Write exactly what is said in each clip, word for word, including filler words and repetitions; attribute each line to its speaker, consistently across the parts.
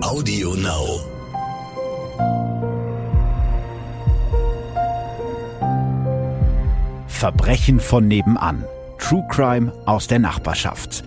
Speaker 1: Audio Now.
Speaker 2: Verbrechen von nebenan. True Crime aus der Nachbarschaft.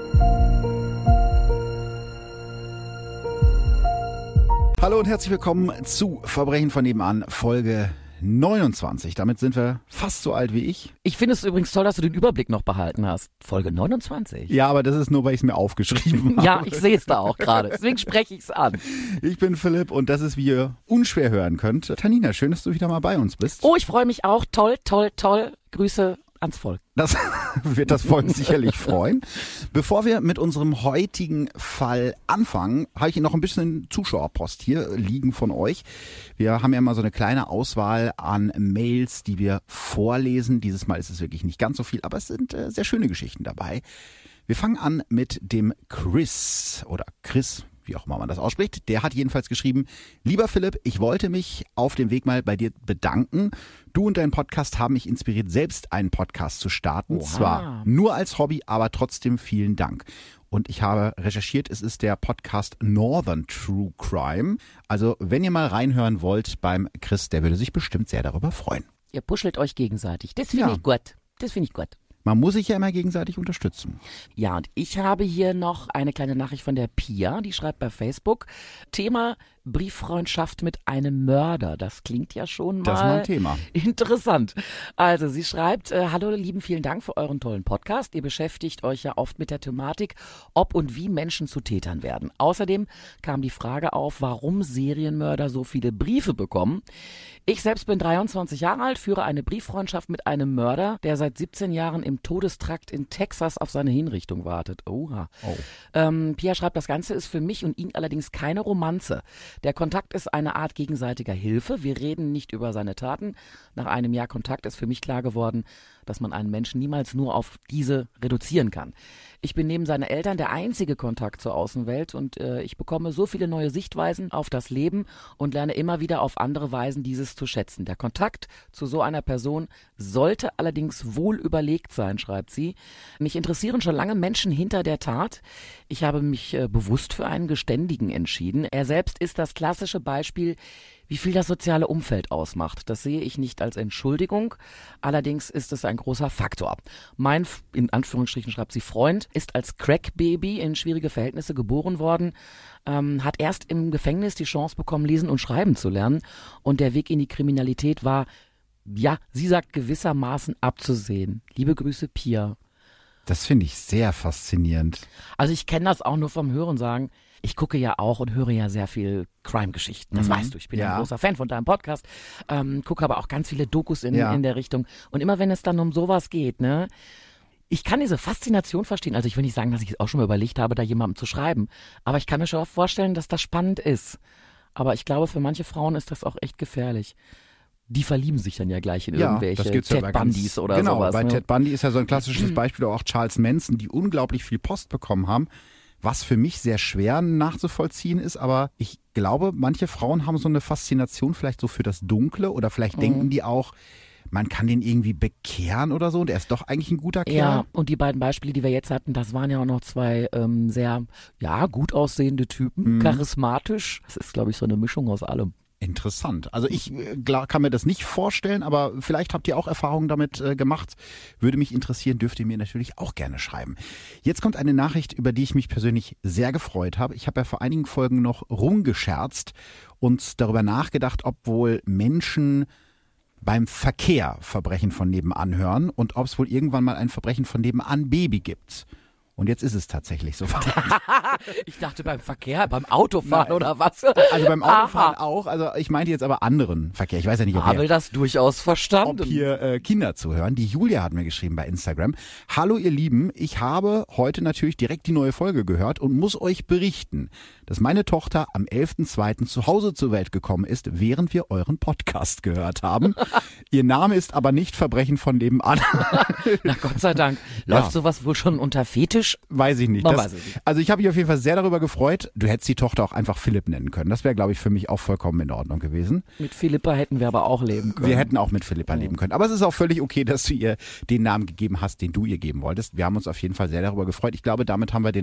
Speaker 2: Hallo und herzlich willkommen zu Verbrechen von nebenan, Folge neunundzwanzig. Damit sind wir fast so alt wie ich.
Speaker 3: Ich finde es übrigens toll, dass du den Überblick noch behalten hast. Folge neunundzwanzig.
Speaker 2: Ja, aber das ist nur, weil ich es mir aufgeschrieben habe.
Speaker 3: Ja, ich sehe es da auch gerade. Deswegen spreche ich es an.
Speaker 2: Ich bin Philipp und das ist, wie ihr unschwer hören könnt, Tanina, schön, dass du wieder mal bei uns bist.
Speaker 3: Oh, ich freue mich auch. Toll, toll, toll. Grüße ans Volk.
Speaker 2: Das wird das Volk sicherlich freuen. Bevor wir mit unserem heutigen Fall anfangen, habe ich noch ein bisschen Zuschauerpost hier liegen von euch. Wir haben ja mal so eine kleine Auswahl an Mails, die wir vorlesen. Dieses Mal ist es wirklich nicht ganz so viel, aber es sind äh, sehr schöne Geschichten dabei. Wir fangen an mit dem Chris oder Chris, wie auch immer man das ausspricht. Der hat jedenfalls geschrieben: Lieber Philipp, ich wollte mich auf dem Weg mal bei dir bedanken. Du und dein Podcast haben mich inspiriert, selbst einen Podcast zu starten.
Speaker 3: Oha.
Speaker 2: Zwar nur als Hobby, aber trotzdem vielen Dank. Und ich habe recherchiert, es ist der Podcast Northern True Crime. Also wenn ihr mal reinhören wollt beim Chris, der würde sich bestimmt sehr darüber freuen.
Speaker 3: Ihr puschelt euch gegenseitig. Das finde
Speaker 2: Ja.
Speaker 3: ich gut. Das finde ich gut.
Speaker 2: Man muss sich ja immer gegenseitig unterstützen.
Speaker 3: Ja, und ich habe hier noch eine kleine Nachricht von der Pia, die schreibt bei Facebook: Thema Brieffreundschaft mit einem Mörder. Das klingt ja schon mal,
Speaker 2: Das ist mal ein Thema.
Speaker 3: Interessant. Also sie schreibt: äh, Hallo ihr Lieben, vielen Dank für euren tollen Podcast. Ihr beschäftigt euch ja oft mit der Thematik, ob und wie Menschen zu Tätern werden. Außerdem kam die Frage auf, warum Serienmörder so viele Briefe bekommen. Ich selbst bin dreiundzwanzig Jahre alt, führe eine Brieffreundschaft mit einem Mörder, der seit siebzehn Jahren im Todestrakt in Texas auf seine Hinrichtung wartet. Oha.
Speaker 2: Oh.
Speaker 3: Ähm, Pia schreibt, das Ganze ist für mich und ihn allerdings keine Romanze. Der Kontakt ist eine Art gegenseitiger Hilfe. Wir reden nicht über seine Taten. Nach einem Jahr Kontakt ist für mich klar geworden, dass man einen Menschen niemals nur auf diese reduzieren kann. Ich bin neben seinen Eltern der einzige Kontakt zur Außenwelt und äh, ich bekomme so viele neue Sichtweisen auf das Leben und lerne immer wieder auf andere Weisen dieses zu schätzen. Der Kontakt zu so einer Person sollte allerdings wohl überlegt sein, schreibt sie. Mich interessieren schon lange Menschen hinter der Tat. Ich habe mich äh, bewusst für einen Geständigen entschieden. Er selbst ist das klassische Beispiel, wie viel das soziale Umfeld ausmacht. Das sehe ich nicht als Entschuldigung. Allerdings ist es ein großer Faktor. Mein, in Anführungsstrichen schreibt sie, Freund ist als Crack-Baby in schwierige Verhältnisse geboren worden, ähm, hat erst im Gefängnis die Chance bekommen, lesen und schreiben zu lernen. Und der Weg in die Kriminalität war, ja, sie sagt, gewissermaßen abzusehen. Liebe Grüße, Pia.
Speaker 2: Das finde ich sehr faszinierend.
Speaker 3: Also ich kenne das auch nur vom Hörensagen. Ich gucke ja auch und höre ja sehr viel Crime-Geschichten. Das
Speaker 2: Mhm.
Speaker 3: weißt du, ich bin ja.
Speaker 2: Ja.
Speaker 3: ein großer Fan von deinem Podcast. Ähm, gucke aber auch ganz viele Dokus in,
Speaker 2: Ja.
Speaker 3: in der Richtung. Und immer wenn es dann um sowas geht, ne, ich kann diese Faszination verstehen. Also ich will nicht sagen, dass ich es auch schon mal überlegt habe, da jemandem zu schreiben. Aber ich kann mir schon auch vorstellen, dass das spannend ist. Aber ich glaube, für manche Frauen ist das auch echt gefährlich. Die verlieben sich dann ja gleich in irgendwelche
Speaker 2: das gibt's ja
Speaker 3: Ted
Speaker 2: bei ganz-
Speaker 3: Bundys oder
Speaker 2: genau,
Speaker 3: sowas.
Speaker 2: bei
Speaker 3: ne?
Speaker 2: Ted Bundy ist ja so ein klassisches Beispiel, auch Charles Manson, die unglaublich viel Post bekommen haben, was für mich sehr schwer nachzuvollziehen ist, aber ich glaube, manche Frauen haben so eine Faszination vielleicht so für das Dunkle oder vielleicht
Speaker 3: Mhm.
Speaker 2: denken die auch, man kann den irgendwie bekehren oder so und er ist doch eigentlich ein guter Kerl.
Speaker 3: Ja, und die beiden Beispiele, die wir jetzt hatten, das waren ja auch noch zwei ähm, sehr, ja, gut aussehende Typen,
Speaker 2: Mhm.
Speaker 3: charismatisch. Das ist, glaube ich, so eine Mischung aus allem.
Speaker 2: Interessant. Also ich äh, klar, kann mir das nicht vorstellen, aber vielleicht habt ihr auch Erfahrungen damit äh, gemacht. Würde mich interessieren, dürft ihr mir natürlich auch gerne schreiben. Jetzt kommt eine Nachricht, über die ich mich persönlich sehr gefreut habe. Ich habe ja vor einigen Folgen noch rumgescherzt und darüber nachgedacht, ob wohl Menschen beim Verkehr Verbrechen von nebenan hören und ob es wohl irgendwann mal ein Verbrechen von nebenan Baby gibt. Und jetzt ist es tatsächlich so.
Speaker 3: Ich dachte beim Verkehr, beim Autofahren
Speaker 2: Nein.
Speaker 3: oder was?
Speaker 2: Also beim Autofahren
Speaker 3: Aha.
Speaker 2: auch. Also ich meinte jetzt aber anderen Verkehr. Ich weiß ja nicht, ob
Speaker 3: Habe
Speaker 2: ihr
Speaker 3: das durchaus verstanden.
Speaker 2: ob hier äh, Kinder zuhören. Die Julia hat mir geschrieben bei Instagram. Hallo ihr Lieben, ich habe heute natürlich direkt die neue Folge gehört und muss euch berichten, dass meine Tochter am elften zweiten zu Hause zur Welt gekommen ist, während wir euren Podcast gehört haben. Ihr Name ist aber nicht Verbrechen von nebenan.
Speaker 3: Na Gott sei Dank. Läuft sowas wohl schon unter Fetisch?
Speaker 2: Weiß ich nicht.
Speaker 3: Man
Speaker 2: Das,
Speaker 3: weiß es nicht.
Speaker 2: Also ich habe mich auf jeden Fall sehr darüber gefreut. Du hättest die Tochter auch einfach Philipp nennen können. Das wäre, glaube ich, für mich auch vollkommen in Ordnung gewesen.
Speaker 3: Mit Philippa hätten wir aber auch leben können.
Speaker 2: Wir hätten auch mit Philippa leben können. Aber es ist auch völlig okay, dass du ihr den Namen gegeben hast, den du ihr geben wolltest. Wir haben uns auf jeden Fall sehr darüber gefreut. Ich glaube, damit haben wir den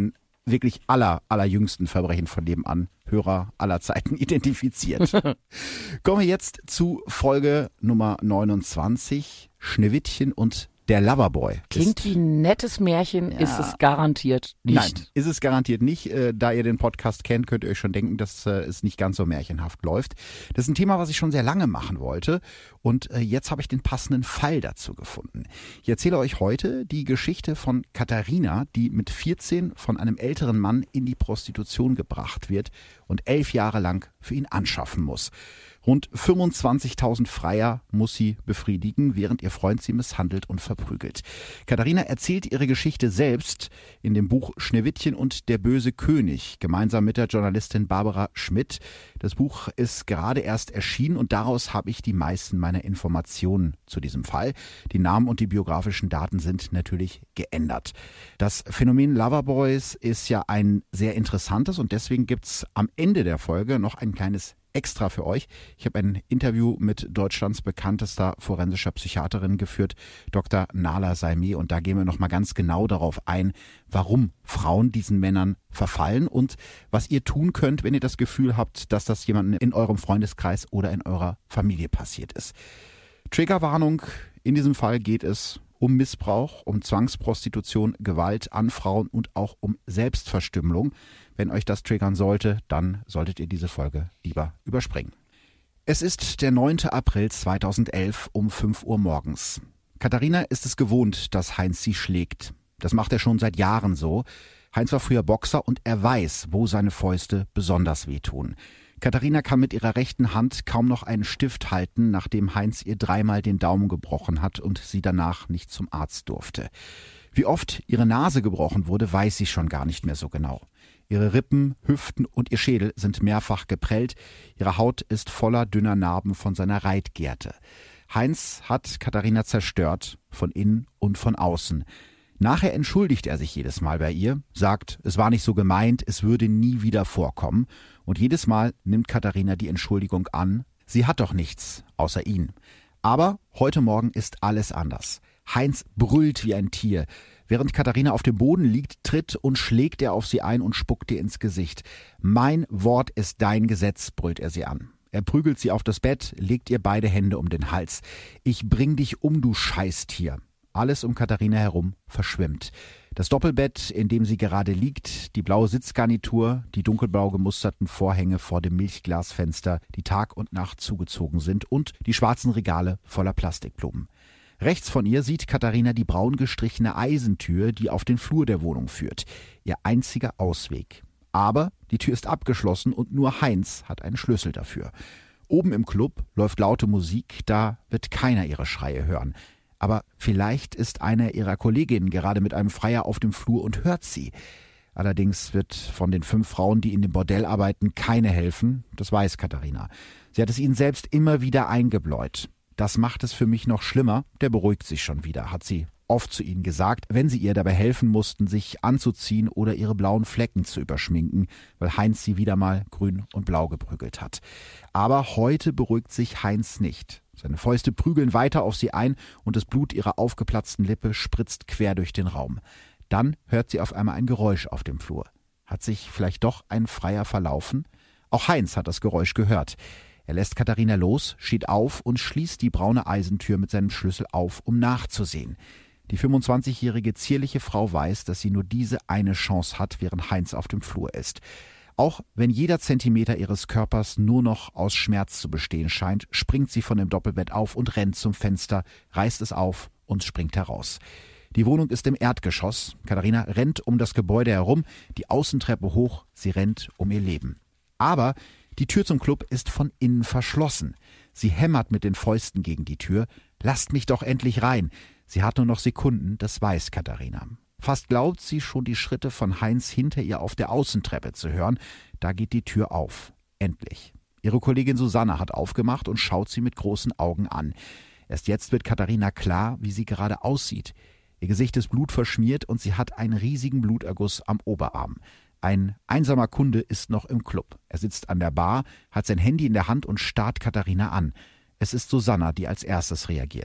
Speaker 2: wirklich aller, allerjüngsten Verbrechen von nebenan Hörer aller Zeiten identifiziert. Kommen wir jetzt zu Folge Nummer neunundzwanzig, Schneewittchen und der Loverboy.
Speaker 3: Klingt wie ein nettes Märchen, ja. Ist es garantiert nicht.
Speaker 2: Nein, ist es garantiert nicht. Äh, da ihr den Podcast kennt, könnt ihr euch schon denken, dass äh, es nicht ganz so märchenhaft läuft. Das ist ein Thema, was ich schon sehr lange machen wollte. Und äh, jetzt habe ich den passenden Fall dazu gefunden. Ich erzähle euch heute die Geschichte von Katharina, die mit vierzehn von einem älteren Mann in die Prostitution gebracht wird und elf Jahre lang für ihn anschaffen muss. Rund fünfundzwanzigtausend Freier muss sie befriedigen, während ihr Freund sie misshandelt und verprügelt. Katharina erzählt ihre Geschichte selbst in dem Buch Schneewittchen und der böse König, gemeinsam mit der Journalistin Barbara Schmidt. Das Buch ist gerade erst erschienen und daraus habe ich die meisten meiner Informationen zu diesem Fall. Die Namen und die biografischen Daten sind natürlich geändert. Das Phänomen Loverboys ist ja ein sehr interessantes und deswegen gibt's am Ende der Folge noch ein kleines Extra für euch. Ich habe ein Interview mit Deutschlands bekanntester forensischer Psychiaterin geführt, Doktor Nala Saimeh, und da gehen wir nochmal ganz genau darauf ein, warum Frauen diesen Männern verfallen und was ihr tun könnt, wenn ihr das Gefühl habt, dass das jemandem in eurem Freundeskreis oder in eurer Familie passiert ist. Triggerwarnung, in diesem Fall geht es um Missbrauch, um Zwangsprostitution, Gewalt an Frauen und auch um Selbstverstümmelung. Wenn euch das triggern sollte, dann solltet ihr diese Folge lieber überspringen. Es ist der neunte April zweitausendelf um fünf Uhr morgens. Katharina ist es gewohnt, dass Heinz sie schlägt. Das macht er schon seit Jahren so. Heinz war früher Boxer und er weiß, wo seine Fäuste besonders wehtun. Katharina kann mit ihrer rechten Hand kaum noch einen Stift halten, nachdem Heinz ihr dreimal den Daumen gebrochen hat und sie danach nicht zum Arzt durfte. Wie oft ihre Nase gebrochen wurde, weiß sie schon gar nicht mehr so genau. Ihre Rippen, Hüften und ihr Schädel sind mehrfach geprellt. Ihre Haut ist voller dünner Narben von seiner Reitgerte. Heinz hat Katharina zerstört, von innen und von außen. Nachher entschuldigt er sich jedes Mal bei ihr, sagt, es war nicht so gemeint, es würde nie wieder vorkommen. Und jedes Mal nimmt Katharina die Entschuldigung an. Sie hat doch nichts, außer ihn. Aber heute Morgen ist alles anders. Heinz brüllt wie ein Tier. Während Katharina auf dem Boden liegt, tritt und schlägt er auf sie ein und spuckt ihr ins Gesicht. Mein Wort ist dein Gesetz, brüllt er sie an. Er prügelt sie auf das Bett, legt ihr beide Hände um den Hals. Ich bring dich um, du Scheißtier. Alles um Katharina herum verschwimmt. Das Doppelbett, in dem sie gerade liegt, die blaue Sitzgarnitur, die dunkelblau gemusterten Vorhänge vor dem Milchglasfenster, die Tag und Nacht zugezogen sind und die schwarzen Regale voller Plastikblumen. Rechts von ihr sieht Katharina die braun gestrichene Eisentür, die auf den Flur der Wohnung führt. Ihr einziger Ausweg. Aber die Tür ist abgeschlossen und nur Heinz hat einen Schlüssel dafür. Oben im Club läuft laute Musik, da wird keiner ihre Schreie hören. Aber vielleicht ist eine ihrer Kolleginnen gerade mit einem Freier auf dem Flur und hört sie. Allerdings wird von den fünf Frauen, die in dem Bordell arbeiten, keine helfen. Das weiß Katharina. Sie hat es ihnen selbst immer wieder eingebläut. Das macht es für mich noch schlimmer. Der beruhigt sich schon wieder, hat sie oft zu ihnen gesagt, wenn sie ihr dabei helfen mussten, sich anzuziehen oder ihre blauen Flecken zu überschminken, weil Heinz sie wieder mal grün und blau geprügelt hat. Aber heute beruhigt sich Heinz nicht. Seine Fäuste prügeln weiter auf sie ein und das Blut ihrer aufgeplatzten Lippe spritzt quer durch den Raum. Dann hört sie auf einmal ein Geräusch auf dem Flur. Hat sich vielleicht doch ein Freier verlaufen? Auch Heinz hat das Geräusch gehört. Er lässt Katharina los, steht auf und schließt die braune Eisentür mit seinem Schlüssel auf, um nachzusehen. Die fünfundzwanzigjährige zierliche Frau weiß, dass sie nur diese eine Chance hat, während Heinz auf dem Flur ist. Auch wenn jeder Zentimeter ihres Körpers nur noch aus Schmerz zu bestehen scheint, springt sie von dem Doppelbett auf und rennt zum Fenster, reißt es auf und springt heraus. Die Wohnung ist im Erdgeschoss. Katharina rennt um das Gebäude herum, die Außentreppe hoch, sie rennt um ihr Leben. Aber die Tür zum Club ist von innen verschlossen. Sie hämmert mit den Fäusten gegen die Tür. Lasst mich doch endlich rein. Sie hat nur noch Sekunden, das weiß Katharina. Fast glaubt sie schon die Schritte von Heinz hinter ihr auf der Außentreppe zu hören. Da geht die Tür auf. Endlich. Ihre Kollegin Susanne hat aufgemacht und schaut sie mit großen Augen an. Erst jetzt wird Katharina klar, wie sie gerade aussieht. Ihr Gesicht ist blutverschmiert und sie hat einen riesigen Bluterguss am Oberarm. Ein einsamer Kunde ist noch im Club. Er sitzt an der Bar, hat sein Handy in der Hand und starrt Katharina an. Es ist Susanna, die als erstes reagiert.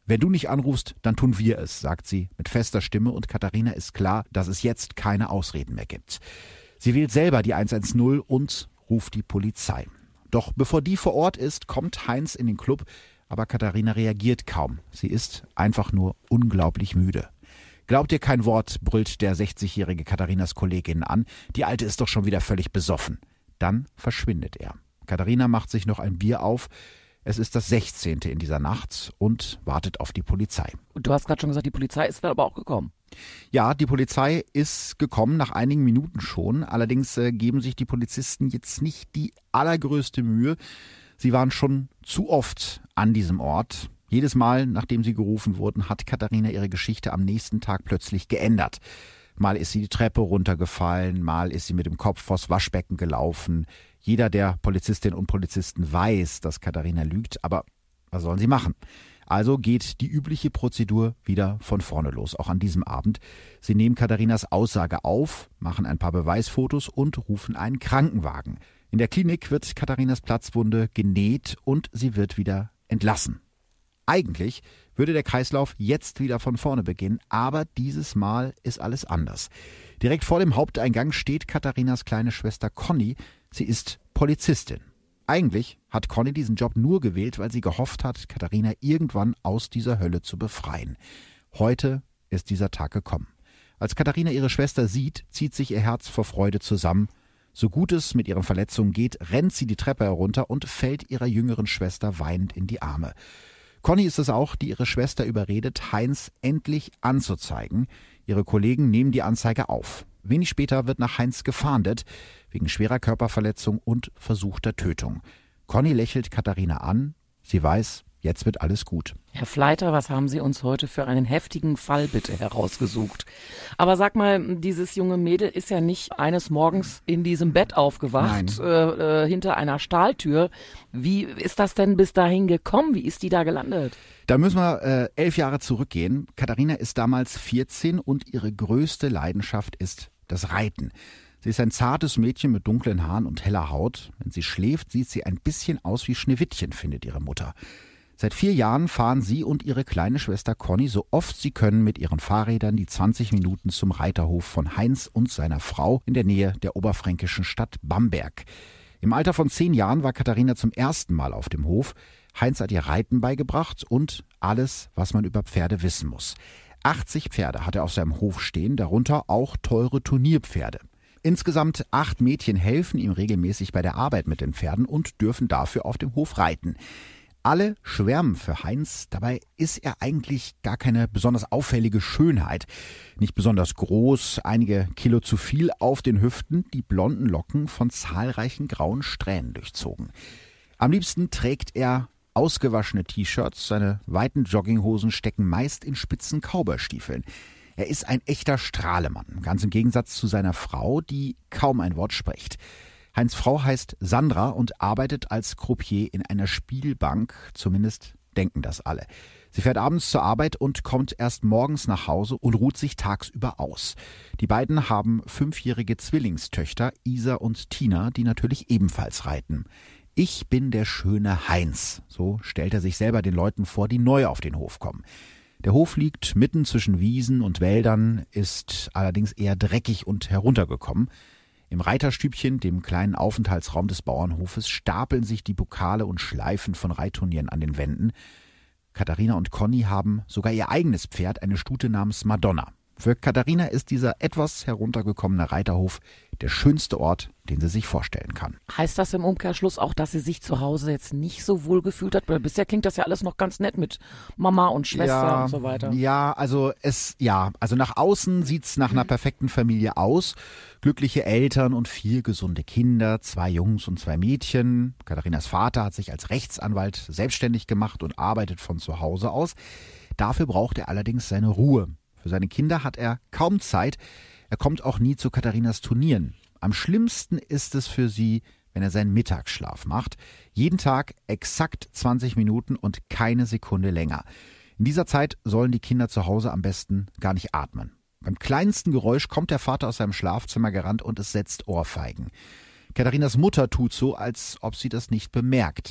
Speaker 2: Wenn du nicht anrufst, dann tun wir es, sagt sie mit fester Stimme und Katharina ist klar, dass es jetzt keine Ausreden mehr gibt. Sie wählt selber die eins eins null und ruft die Polizei. Doch bevor die vor Ort ist, kommt Heinz in den Club, aber Katharina reagiert kaum. Sie ist einfach nur unglaublich müde. Glaubt ihr kein Wort, brüllt der sechzigjährige Katharinas Kollegin an. Die Alte ist doch schon wieder völlig besoffen. Dann verschwindet er. Katharina macht sich noch ein Bier auf. Es ist das sechzehnte in dieser Nacht und wartet auf die Polizei.
Speaker 3: Und du hast gerade schon gesagt, die Polizei ist aber auch gekommen.
Speaker 2: Ja, die Polizei ist gekommen, nach einigen Minuten schon. Allerdings äh, geben sich die Polizisten jetzt nicht die allergrößte Mühe. Sie waren schon zu oft an diesem Ort. Jedes Mal, nachdem sie gerufen wurden, hat Katharina ihre Geschichte am nächsten Tag plötzlich geändert. Mal ist sie die Treppe runtergefallen, mal ist sie mit dem Kopf vors Waschbecken gelaufen. Jeder der Polizistinnen und Polizisten weiß, dass Katharina lügt, aber was sollen sie machen? Also geht die übliche Prozedur wieder von vorne los, auch an diesem Abend. Sie nehmen Katharinas Aussage auf, machen ein paar Beweisfotos und rufen einen Krankenwagen. In der Klinik wird Katharinas Platzwunde genäht und sie wird wieder entlassen. Eigentlich würde der Kreislauf jetzt wieder von vorne beginnen, aber dieses Mal ist alles anders. Direkt vor dem Haupteingang steht Katharinas kleine Schwester Conny. Sie ist Polizistin. Eigentlich hat Conny diesen Job nur gewählt, weil sie gehofft hat, Katharina irgendwann aus dieser Hölle zu befreien. Heute ist dieser Tag gekommen. Als Katharina ihre Schwester sieht, zieht sich ihr Herz vor Freude zusammen. So gut es mit ihren Verletzungen geht, rennt sie die Treppe herunter und fällt ihrer jüngeren Schwester weinend in die Arme. Conny ist es auch, die ihre Schwester überredet, Heinz endlich anzuzeigen. Ihre Kollegen nehmen die Anzeige auf. Wenig später wird nach Heinz gefahndet, wegen schwerer Körperverletzung und versuchter Tötung. Conny lächelt Katharina an. Sie weiß, jetzt wird alles gut.
Speaker 3: Herr Fleiter, was haben Sie uns heute für einen heftigen Fall bitte herausgesucht? Aber sag mal, dieses junge Mädel ist ja nicht eines Morgens in diesem Bett aufgewacht, äh, äh, hinter einer Stahltür. Wie ist das denn bis dahin gekommen? Wie ist die da gelandet?
Speaker 2: Da müssen wir äh, elf Jahre zurückgehen. Katharina ist damals vierzehn und ihre größte Leidenschaft ist das Reiten. Sie ist ein zartes Mädchen mit dunklen Haaren und heller Haut. Wenn sie schläft, sieht sie ein bisschen aus wie Schneewittchen, findet ihre Mutter. Seit vier Jahren fahren sie und ihre kleine Schwester Conny so oft sie können mit ihren Fahrrädern die zwanzig Minuten zum Reiterhof von Heinz und seiner Frau in der Nähe der oberfränkischen Stadt Bamberg. Im Alter von zehn Jahren war Katharina zum ersten Mal auf dem Hof. Heinz hat ihr Reiten beigebracht und alles, was man über Pferde wissen muss. achtzig Pferde hat er auf seinem Hof stehen, darunter auch teure Turnierpferde. Insgesamt acht Mädchen helfen ihm regelmäßig bei der Arbeit mit den Pferden und dürfen dafür auf dem Hof reiten. Alle schwärmen für Heinz, dabei ist er eigentlich gar keine besonders auffällige Schönheit. Nicht besonders groß, einige Kilo zu viel auf den Hüften, die blonden Locken von zahlreichen grauen Strähnen durchzogen. Am liebsten trägt er ausgewaschene T-Shirts, seine weiten Jogginghosen stecken meist in spitzen Cowboystiefeln. Er ist ein echter Strahlemann, ganz im Gegensatz zu seiner Frau, die kaum ein Wort spricht. Heinz' Frau heißt Sandra und arbeitet als Croupier in einer Spielbank, zumindest denken das alle. Sie fährt abends zur Arbeit und kommt erst morgens nach Hause und ruht sich tagsüber aus. Die beiden haben fünfjährige Zwillingstöchter, Isa und Tina, die natürlich ebenfalls reiten. Ich bin der schöne Heinz, so stellt er sich selber den Leuten vor, die neu auf den Hof kommen. Der Hof liegt mitten zwischen Wiesen und Wäldern, ist allerdings eher dreckig und heruntergekommen. Im Reiterstübchen, dem kleinen Aufenthaltsraum des Bauernhofes, stapeln sich die Pokale und Schleifen von Reitturnieren an den Wänden. Katharina und Conny haben sogar ihr eigenes Pferd, eine Stute namens Madonna. Für Katharina ist dieser etwas heruntergekommene Reiterhof der schönste Ort, den sie sich vorstellen kann.
Speaker 3: Heißt das im Umkehrschluss auch, dass sie sich zu Hause jetzt nicht so wohl gefühlt hat? Weil bisher klingt das ja alles noch ganz nett mit Mama und Schwester
Speaker 2: ja,
Speaker 3: und so weiter.
Speaker 2: Ja, also es, ja, also nach außen sieht's nach einer perfekten Familie aus. Glückliche Eltern und vier gesunde Kinder, zwei Jungs und zwei Mädchen. Katharinas Vater hat sich als Rechtsanwalt selbstständig gemacht und arbeitet von zu Hause aus. Dafür braucht er allerdings seine Ruhe. Für seine Kinder hat er kaum Zeit. Er kommt auch nie zu Katharinas Turnieren. Am schlimmsten ist es für sie, wenn er seinen Mittagsschlaf macht. Jeden Tag exakt zwanzig Minuten und keine Sekunde länger. In dieser Zeit sollen die Kinder zu Hause am besten gar nicht atmen. Beim kleinsten Geräusch kommt der Vater aus seinem Schlafzimmer gerannt und es setzt Ohrfeigen. Katharinas Mutter tut so, als ob sie das nicht bemerkt.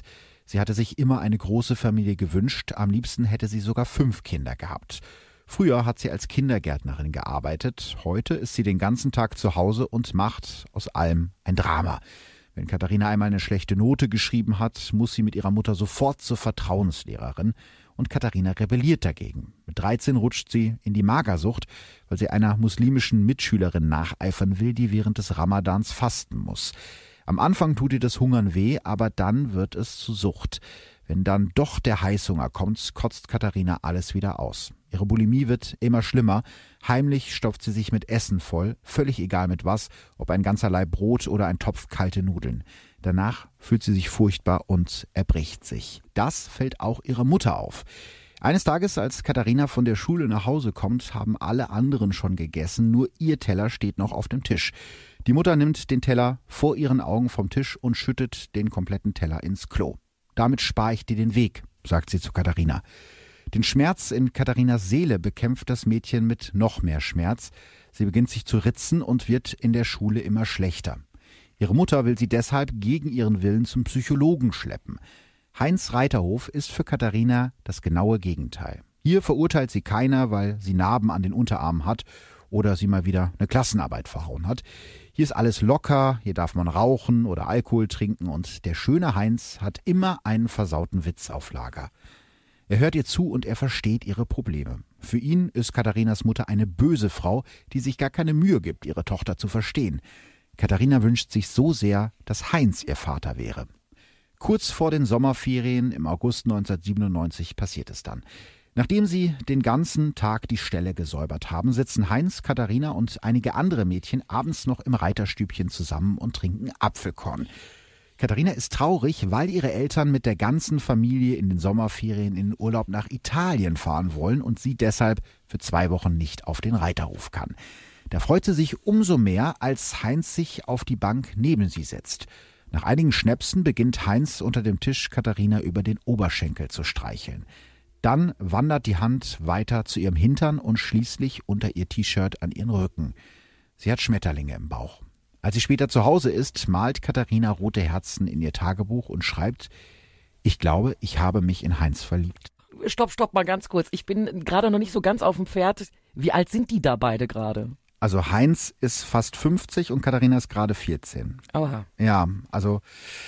Speaker 2: Sie hatte sich immer eine große Familie gewünscht, am liebsten hätte sie sogar fünf Kinder gehabt. Früher hat sie als Kindergärtnerin gearbeitet, heute ist sie den ganzen Tag zu Hause und macht aus allem ein Drama. Wenn Katharina einmal eine schlechte Note geschrieben hat, muss sie mit ihrer Mutter sofort zur Vertrauenslehrerin und Katharina rebelliert dagegen. Mit dreizehn rutscht sie in die Magersucht, weil sie einer muslimischen Mitschülerin nacheifern will, die während des Ramadans fasten muss. Am Anfang tut ihr das Hungern weh, aber dann wird es zu Sucht. Wenn dann doch der Heißhunger kommt, kotzt Katharina alles wieder aus. Ihre Bulimie wird immer schlimmer. Heimlich stopft sie sich mit Essen voll, völlig egal mit was, ob ein ganzer Laib Brot oder ein Topf kalte Nudeln. Danach fühlt sie sich furchtbar und erbricht sich. Das fällt auch ihrer Mutter auf. Eines Tages, als Katharina von der Schule nach Hause kommt, haben alle anderen schon gegessen, nur ihr Teller steht noch auf dem Tisch. Die Mutter nimmt den Teller vor ihren Augen vom Tisch und schüttet den kompletten Teller ins Klo. Damit spare ich dir den Weg, sagt sie zu Katharina. Den Schmerz in Katharinas Seele bekämpft das Mädchen mit noch mehr Schmerz. Sie beginnt sich zu ritzen und wird in der Schule immer schlechter. Ihre Mutter will sie deshalb gegen ihren Willen zum Psychologen schleppen. Heinz Reiterhof ist für Katharina das genaue Gegenteil. Hier verurteilt sie keiner, weil sie Narben an den Unterarmen hat oder sie mal wieder eine Klassenarbeit verhauen hat. Hier ist alles locker, hier darf man rauchen oder Alkohol trinken und der schöne Heinz hat immer einen versauten Witz auf Lager. Er hört ihr zu und er versteht ihre Probleme. Für ihn ist Katharinas Mutter eine böse Frau, die sich gar keine Mühe gibt, ihre Tochter zu verstehen. Katharina wünscht sich so sehr, dass Heinz ihr Vater wäre. Kurz vor den Sommerferien im August neunzehnhundertsiebenundneunzig passiert es dann. Nachdem sie den ganzen Tag die Ställe gesäubert haben, sitzen Heinz, Katharina und einige andere Mädchen abends noch im Reiterstübchen zusammen und trinken Apfelkorn. Katharina ist traurig, weil ihre Eltern mit der ganzen Familie in den Sommerferien in den Urlaub nach Italien fahren wollen und sie deshalb für zwei Wochen nicht auf den Reiterhof kann. Da freut sie sich umso mehr, als Heinz sich auf die Bank neben sie setzt. Nach einigen Schnäpsen beginnt Heinz unter dem Tisch Katharina über den Oberschenkel zu streicheln. Dann wandert die Hand weiter zu ihrem Hintern und schließlich unter ihr T-Shirt an ihren Rücken. Sie hat Schmetterlinge im Bauch. Als sie später zu Hause ist, malt Katharina rote Herzen in ihr Tagebuch und schreibt: Ich glaube, ich habe mich in Heinz verliebt.
Speaker 3: Stopp, stopp, mal ganz kurz. Ich bin gerade noch nicht so ganz auf dem Pferd. Wie alt sind die da beide gerade?
Speaker 2: Also Heinz ist fast fünfzig und Katharina ist gerade vierzehn.
Speaker 3: Oha.
Speaker 2: Ja, also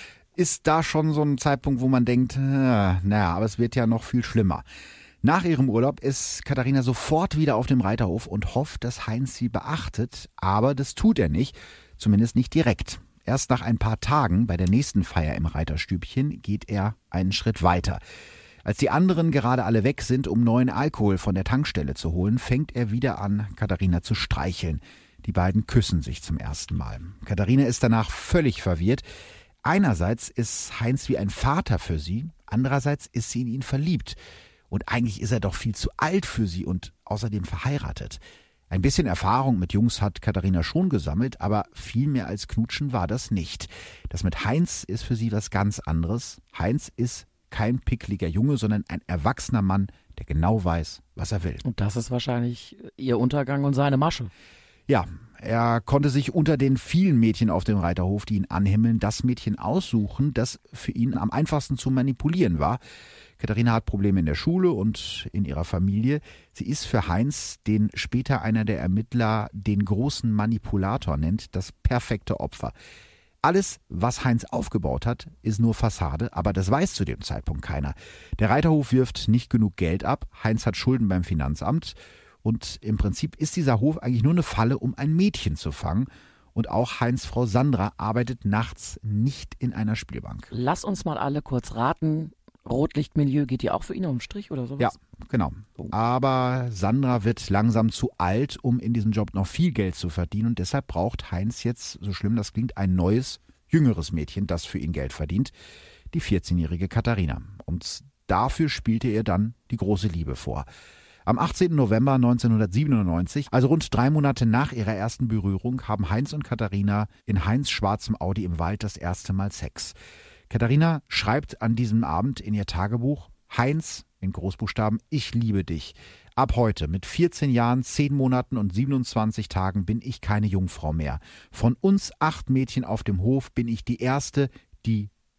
Speaker 2: ist da schon so ein Zeitpunkt, wo man denkt, äh, naja, aber es wird ja noch viel schlimmer. Nach ihrem Urlaub ist Katharina sofort wieder auf dem Reiterhof und hofft, dass Heinz sie beachtet, aber das tut er nicht, zumindest nicht direkt. Erst nach ein paar Tagen bei der nächsten Feier im Reiterstübchen geht er einen Schritt weiter. Als die anderen gerade alle weg sind, um neuen Alkohol von der Tankstelle zu holen, fängt er wieder an, Katharina zu streicheln. Die beiden küssen sich zum ersten Mal. Katharina ist danach völlig verwirrt. Einerseits ist Heinz wie ein Vater für sie, andererseits ist sie in ihn verliebt. Und eigentlich ist er doch viel zu alt für sie und außerdem verheiratet. Ein bisschen Erfahrung mit Jungs hat Katharina schon gesammelt, aber viel mehr als Knutschen war das nicht. Das mit Heinz ist für sie was ganz anderes. Heinz ist kein pickliger Junge, sondern ein erwachsener Mann, der genau weiß, was er will.
Speaker 3: Und das ist wahrscheinlich ihr Untergang und seine Masche.
Speaker 2: Ja, er konnte sich unter den vielen Mädchen auf dem Reiterhof, die ihn anhimmeln, das Mädchen aussuchen, das für ihn am einfachsten zu manipulieren war. Katharina hat Probleme in der Schule und in ihrer Familie. Sie ist für Heinz, den später einer der Ermittler den großen Manipulator nennt, das perfekte Opfer. Alles, was Heinz aufgebaut hat, ist nur Fassade, aber das weiß zu dem Zeitpunkt keiner. Der Reiterhof wirft nicht genug Geld ab, Heinz hat Schulden beim Finanzamt und im Prinzip ist dieser Hof eigentlich nur eine Falle, um ein Mädchen zu fangen. Und auch Heinz' Frau Sandra arbeitet nachts nicht in einer Spielbank.
Speaker 3: Lass uns mal alle kurz raten. Rotlichtmilieu, geht die auch für ihn um den Strich oder sowas?
Speaker 2: Ja, genau. Aber Sandra wird langsam zu alt, um in diesem Job noch viel Geld zu verdienen. Und deshalb braucht Heinz jetzt, so schlimm das klingt, ein neues, jüngeres Mädchen, das für ihn Geld verdient. Die vierzehnjährige Katharina. Und dafür spielte er dann die große Liebe vor. Am achtzehnten November neunzehnhundertsiebenundneunzig, also rund drei Monate nach ihrer ersten Berührung, haben Heinz und Katharina in Heinz' schwarzem Audi im Wald das erste Mal Sex. Katharina schreibt an diesem Abend in ihr Tagebuch: Heinz, in Großbuchstaben, ich liebe dich. Ab heute, mit vierzehn Jahren, zehn Monaten und siebenundzwanzig Tagen, bin ich keine Jungfrau mehr. Von uns acht Mädchen auf dem Hof bin ich die erste, die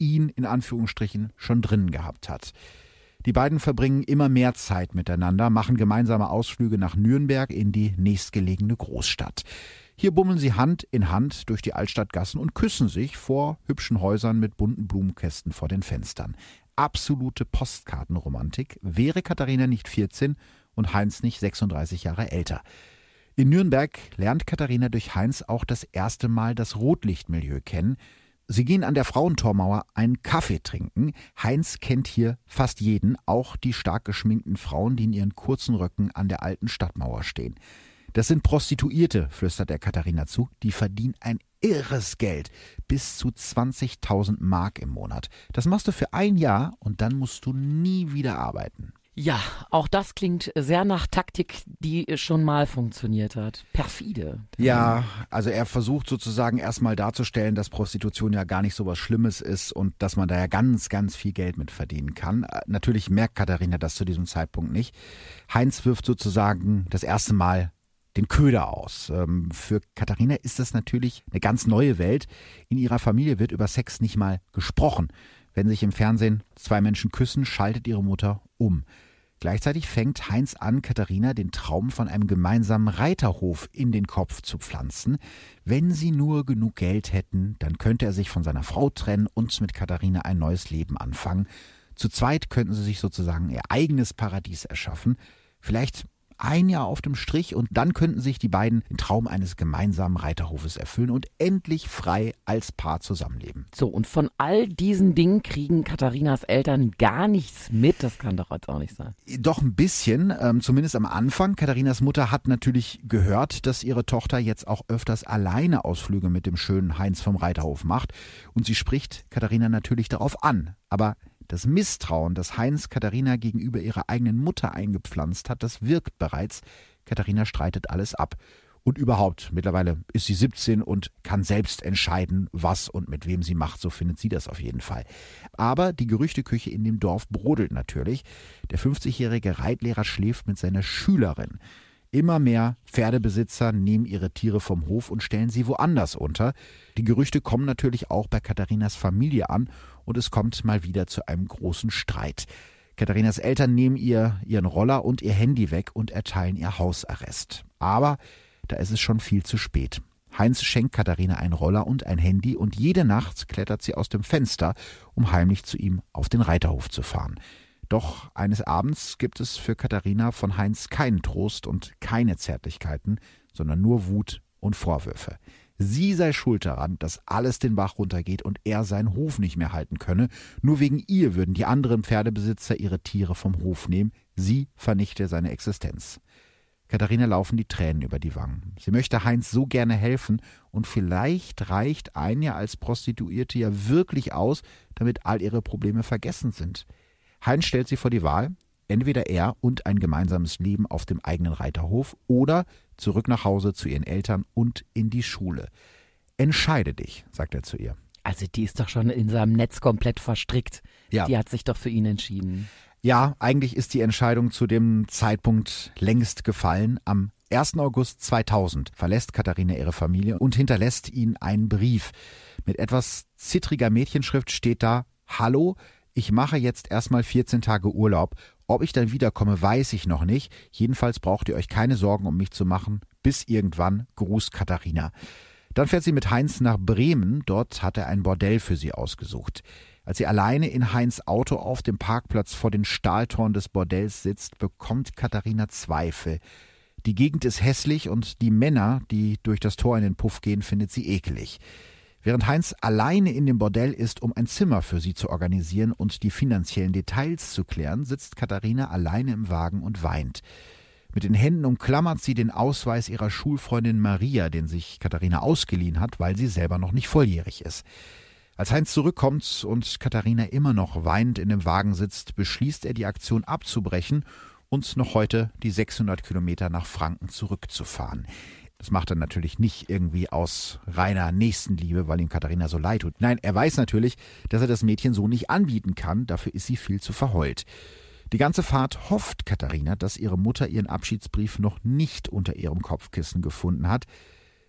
Speaker 2: ihn in Anführungsstrichen schon drin gehabt hat. Die beiden verbringen immer mehr Zeit miteinander, machen gemeinsame Ausflüge nach Nürnberg in die nächstgelegene Großstadt. Hier bummeln sie Hand in Hand durch die Altstadtgassen und küssen sich vor hübschen Häusern mit bunten Blumenkästen vor den Fenstern. Absolute Postkartenromantik, wäre Katharina nicht vierzehn und Heinz nicht sechsunddreißig Jahre älter. In Nürnberg lernt Katharina durch Heinz auch das erste Mal das Rotlichtmilieu kennen. Sie gehen an der Frauentormauer einen Kaffee trinken. Heinz kennt hier fast jeden, auch die stark geschminkten Frauen, die in ihren kurzen Röcken an der alten Stadtmauer stehen. Das sind Prostituierte, flüstert er Katharina zu. Die verdienen ein irres Geld, bis zu zwanzigtausend Mark im Monat. Das machst du für ein Jahr und dann musst du nie wieder arbeiten.
Speaker 3: Ja, auch das klingt sehr nach Taktik, die schon mal funktioniert hat. Perfide.
Speaker 2: Ja, also er versucht sozusagen erstmal darzustellen, dass Prostitution ja gar nicht so was Schlimmes ist und dass man da ja ganz, ganz viel Geld mit verdienen kann. Natürlich merkt Katharina das zu diesem Zeitpunkt nicht. Heinz wirft sozusagen das erste Mal den Köder aus. Für Katharina ist das natürlich eine ganz neue Welt. In ihrer Familie wird über Sex nicht mal gesprochen. Wenn sich im Fernsehen zwei Menschen küssen, schaltet ihre Mutter um. Gleichzeitig fängt Heinz an, Katharina den Traum von einem gemeinsamen Reiterhof in den Kopf zu pflanzen. Wenn sie nur genug Geld hätten, dann könnte er sich von seiner Frau trennen und mit Katharina ein neues Leben anfangen. Zu zweit könnten sie sich sozusagen ihr eigenes Paradies erschaffen. Vielleicht ein Jahr auf dem Strich und dann könnten sich die beiden den Traum eines gemeinsamen Reiterhofes erfüllen und endlich frei als Paar zusammenleben.
Speaker 3: So, und von all diesen Dingen kriegen Katharinas Eltern gar nichts mit. Das kann doch jetzt auch nicht sein.
Speaker 2: Doch ein bisschen, ähm, zumindest am Anfang. Katharinas Mutter hat natürlich gehört, dass ihre Tochter jetzt auch öfters alleine Ausflüge mit dem schönen Heinz vom Reiterhof macht. Und sie spricht Katharina natürlich darauf an. Aber das Misstrauen, das Heinz Katharina gegenüber ihrer eigenen Mutter eingepflanzt hat, das wirkt bereits. Katharina streitet alles ab. Und überhaupt, mittlerweile ist sie siebzehn und kann selbst entscheiden, was und mit wem sie macht. So findet sie das auf jeden Fall. Aber die Gerüchteküche in dem Dorf brodelt natürlich. Der fünfzigjährige Reitlehrer schläft mit seiner Schülerin. Immer mehr Pferdebesitzer nehmen ihre Tiere vom Hof und stellen sie woanders unter. Die Gerüchte kommen natürlich auch bei Katharinas Familie an und es kommt mal wieder zu einem großen Streit. Katharinas Eltern nehmen ihr ihren Roller und ihr Handy weg und erteilen ihr Hausarrest. Aber da ist es schon viel zu spät. Heinz schenkt Katharina einen Roller und ein Handy und jede Nacht klettert sie aus dem Fenster, um heimlich zu ihm auf den Reiterhof zu fahren. Doch eines Abends gibt es für Katharina von Heinz keinen Trost und keine Zärtlichkeiten, sondern nur Wut und Vorwürfe. Sie sei schuld daran, dass alles den Bach runtergeht und er seinen Hof nicht mehr halten könne. Nur wegen ihr würden die anderen Pferdebesitzer ihre Tiere vom Hof nehmen. Sie vernichte seine Existenz. Katharina laufen die Tränen über die Wangen. Sie möchte Heinz so gerne helfen und vielleicht reicht ein Jahr als Prostituierte ja wirklich aus, damit all ihre Probleme vergessen sind. Heinz stellt sie vor die Wahl, entweder er und ein gemeinsames Leben auf dem eigenen Reiterhof oder zurück nach Hause zu ihren Eltern und in die Schule. Entscheide dich, sagt er zu ihr.
Speaker 3: Also die ist doch schon in seinem Netz komplett verstrickt.
Speaker 2: Ja.
Speaker 3: Die hat sich doch für ihn entschieden.
Speaker 2: Ja, eigentlich ist die Entscheidung zu dem Zeitpunkt längst gefallen. Am ersten August zweitausend verlässt Katharina ihre Familie und hinterlässt ihnen einen Brief. Mit etwas zittriger Mädchenschrift steht da: Hallo, ich mache jetzt erstmal vierzehn Tage Urlaub. Ob ich dann wiederkomme, weiß ich noch nicht. Jedenfalls braucht ihr euch keine Sorgen um mich zu machen. Bis irgendwann, Gruß Katharina. Dann fährt sie mit Heinz nach Bremen. Dort hat er ein Bordell für sie ausgesucht. Als sie alleine in Heinz' Auto auf dem Parkplatz vor den Stahltoren des Bordells sitzt, bekommt Katharina Zweifel. Die Gegend ist hässlich und die Männer, die durch das Tor in den Puff gehen, findet sie ekelig. Während Heinz alleine in dem Bordell ist, um ein Zimmer für sie zu organisieren und die finanziellen Details zu klären, sitzt Katharina alleine im Wagen und weint. Mit den Händen umklammert sie den Ausweis ihrer Schulfreundin Maria, den sich Katharina ausgeliehen hat, weil sie selber noch nicht volljährig ist. Als Heinz zurückkommt und Katharina immer noch weinend in dem Wagen sitzt, beschließt er, die Aktion abzubrechen und noch heute die sechshundert Kilometer nach Franken zurückzufahren. Das macht er natürlich nicht irgendwie aus reiner Nächstenliebe, weil ihm Katharina so leid tut. Nein, er weiß natürlich, dass er das Mädchen so nicht anbieten kann. Dafür ist sie viel zu verheult. Die ganze Fahrt hofft Katharina, dass ihre Mutter ihren Abschiedsbrief noch nicht unter ihrem Kopfkissen gefunden hat.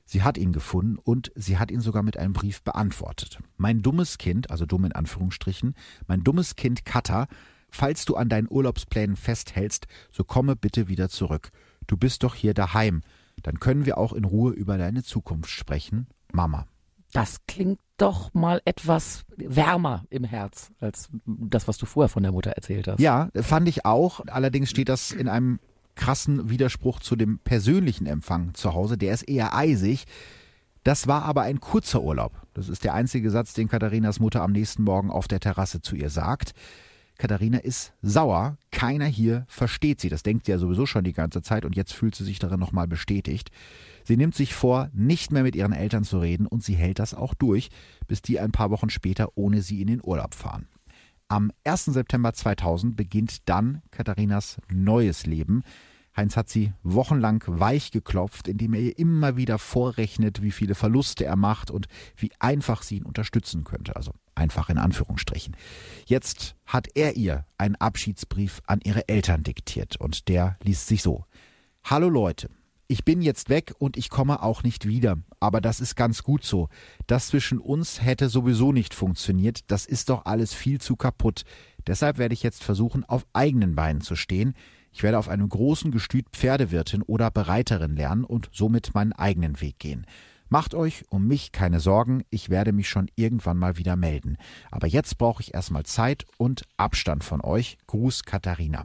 Speaker 2: Sie hat ihn gefunden und sie hat ihn sogar mit einem Brief beantwortet. Mein dummes Kind, also dumm in Anführungsstrichen, mein dummes Kind Katha, falls du an deinen Urlaubsplänen festhältst, so komme bitte wieder zurück. Du bist doch hier daheim. Dann können wir auch in Ruhe über deine Zukunft sprechen. Mama.
Speaker 3: Das klingt doch mal etwas wärmer im Herz als das, was du vorher von der Mutter erzählt hast.
Speaker 2: Ja, fand ich auch. Allerdings steht das in einem krassen Widerspruch zu dem persönlichen Empfang zu Hause. Der ist eher eisig. Das war aber ein kurzer Urlaub. Das ist der einzige Satz, den Katharinas Mutter am nächsten Morgen auf der Terrasse zu ihr sagt. Katharina ist sauer. Keiner hier versteht sie. Das denkt sie ja sowieso schon die ganze Zeit und jetzt fühlt sie sich darin nochmal bestätigt. Sie nimmt sich vor, nicht mehr mit ihren Eltern zu reden und sie hält das auch durch, bis die ein paar Wochen später ohne sie in den Urlaub fahren. Am ersten September zweitausend beginnt dann Katharinas neues Leben. Heinz hat sie wochenlang weich geklopft, indem er ihr immer wieder vorrechnet, wie viele Verluste er macht und wie einfach sie ihn unterstützen könnte. Also einfach in Anführungsstrichen. Jetzt hat er ihr einen Abschiedsbrief an ihre Eltern diktiert und der liest sich so. Hallo Leute. Ich bin jetzt weg und ich komme auch nicht wieder. Aber das ist ganz gut so. Das zwischen uns hätte sowieso nicht funktioniert. Das ist doch alles viel zu kaputt. Deshalb werde ich jetzt versuchen, auf eigenen Beinen zu stehen. Ich werde auf einem großen Gestüt Pferdewirtin oder Bereiterin lernen und somit meinen eigenen Weg gehen. Macht euch um mich keine Sorgen. Ich werde mich schon irgendwann mal wieder melden. Aber jetzt brauche ich erstmal Zeit und Abstand von euch. Gruß Katharina.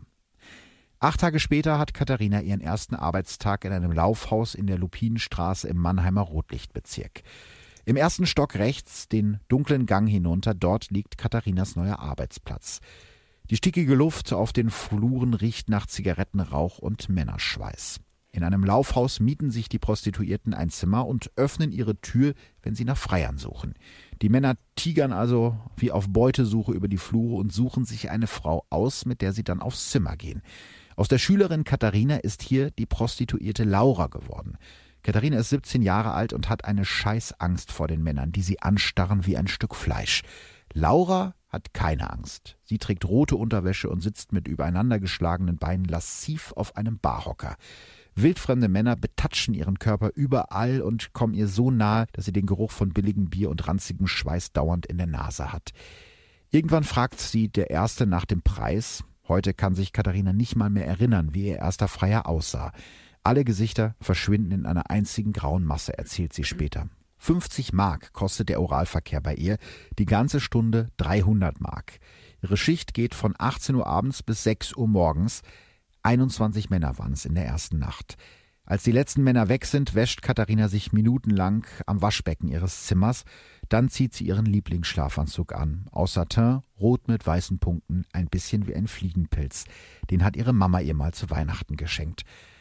Speaker 2: Acht Tage später hat Katharina ihren ersten Arbeitstag in einem Laufhaus in der Lupinenstraße im Mannheimer Rotlichtbezirk. Im ersten Stock rechts, den dunklen Gang hinunter, dort liegt Katharinas neuer Arbeitsplatz. Die stickige Luft auf den Fluren riecht nach Zigarettenrauch und Männerschweiß. In einem Laufhaus mieten sich die Prostituierten ein Zimmer und öffnen ihre Tür, wenn sie nach Freiern suchen. Die Männer tigern also wie auf Beutesuche über die Flure und suchen sich eine Frau aus, mit der sie dann aufs Zimmer gehen. Aus der Schülerin Katharina ist hier die Prostituierte Laura geworden. Katharina ist siebzehn Jahre alt und hat eine Scheißangst vor den Männern, die sie anstarren wie ein Stück Fleisch. Laura hat keine Angst. Sie trägt rote Unterwäsche und sitzt mit übereinander geschlagenen Beinen lasziv auf einem Barhocker. Wildfremde Männer betatschen ihren Körper überall und kommen ihr so nahe, dass sie den Geruch von billigem Bier und ranzigem Schweiß dauernd in der Nase hat. Irgendwann fragt sie der Erste nach dem Preis. Heute kann sich Katharina nicht mal mehr erinnern, wie ihr erster Freier aussah. Alle Gesichter verschwinden in einer einzigen grauen Masse, erzählt sie später. fünfzig Mark kostet der Oralverkehr bei ihr, die ganze Stunde dreihundert Mark. Ihre Schicht geht von achtzehn Uhr abends bis sechs Uhr morgens. einundzwanzig Männer waren es in der ersten Nacht. Als die letzten Männer weg sind, wäscht Katharina sich minutenlang am Waschbecken ihres Zimmers. Dann zieht sie ihren Lieblingsschlafanzug an. Aus Satin, rot mit weißen Punkten, ein bisschen wie ein Fliegenpilz. Den hat ihre Mama ihr mal zu Weihnachten geschenkt.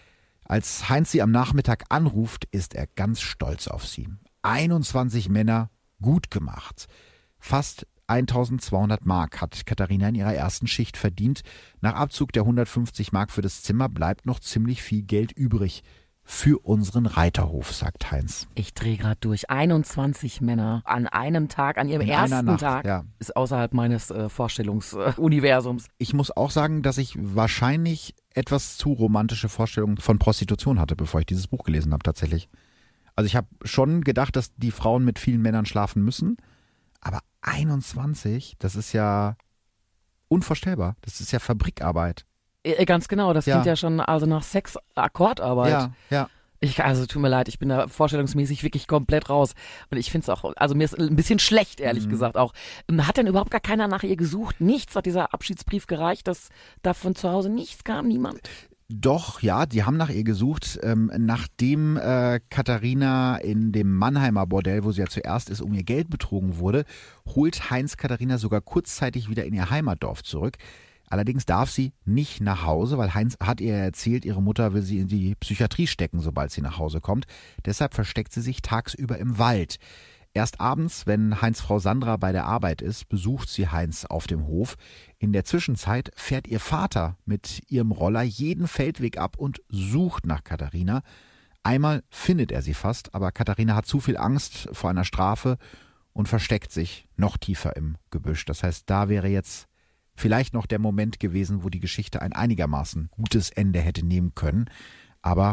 Speaker 2: Als Heinz sie am Nachmittag anruft, ist er ganz stolz auf sie. einundzwanzig Männer, gut gemacht. Fast eintausendzweihundert Mark hat Katharina in ihrer ersten Schicht verdient. Nach Abzug der hundertfünfzig Mark für das Zimmer bleibt noch ziemlich viel Geld übrig. Für unseren Reiterhof, sagt Heinz.
Speaker 3: Ich drehe gerade durch. einundzwanzig Männer an einem Tag, an ihrem
Speaker 2: In
Speaker 3: ersten
Speaker 2: einer Nacht,
Speaker 3: Tag,
Speaker 2: ja.
Speaker 3: Ist außerhalb meines äh, Vorstellungsuniversums.
Speaker 2: Ich muss auch sagen, dass ich wahrscheinlich etwas zu romantische Vorstellungen von Prostitution hatte, bevor ich dieses Buch gelesen habe tatsächlich. Also ich habe schon gedacht, dass die Frauen mit vielen Männern schlafen müssen, aber einundzwanzig, das ist ja unvorstellbar. Das ist ja Fabrikarbeit.
Speaker 3: Äh, Ganz genau, das
Speaker 2: Ja.
Speaker 3: klingt ja schon also nach Sex-Akkordarbeit.
Speaker 2: Ja, ja.
Speaker 3: Ich, also tut mir leid, ich bin da vorstellungsmäßig wirklich komplett raus. Und ich finde es auch, also mir ist ein bisschen schlecht, ehrlich
Speaker 2: Mhm.
Speaker 3: gesagt auch. Ähm, Hat denn überhaupt gar keiner nach ihr gesucht? Nichts hat dieser Abschiedsbrief gereicht, dass da von zu Hause nichts kam, niemand?
Speaker 2: Doch, ja, die haben nach ihr gesucht. Ähm, nachdem äh, Katharina in dem Mannheimer Bordell, wo sie ja zuerst ist, um ihr Geld betrogen wurde, holt Heinz Katharina sogar kurzzeitig wieder in ihr Heimatdorf zurück. Allerdings darf sie nicht nach Hause, weil Heinz hat ihr erzählt, ihre Mutter will sie in die Psychiatrie stecken, sobald sie nach Hause kommt. Deshalb versteckt sie sich tagsüber im Wald. Erst abends, wenn Heinz Frau Sandra bei der Arbeit ist, besucht sie Heinz auf dem Hof. In der Zwischenzeit fährt ihr Vater mit ihrem Roller jeden Feldweg ab und sucht nach Katharina. Einmal findet er sie fast, aber Katharina hat zu viel Angst vor einer Strafe und versteckt sich noch tiefer im Gebüsch. Das heißt, da wäre jetzt vielleicht noch der Moment gewesen, wo die Geschichte ein einigermaßen gutes Ende hätte nehmen können. Aber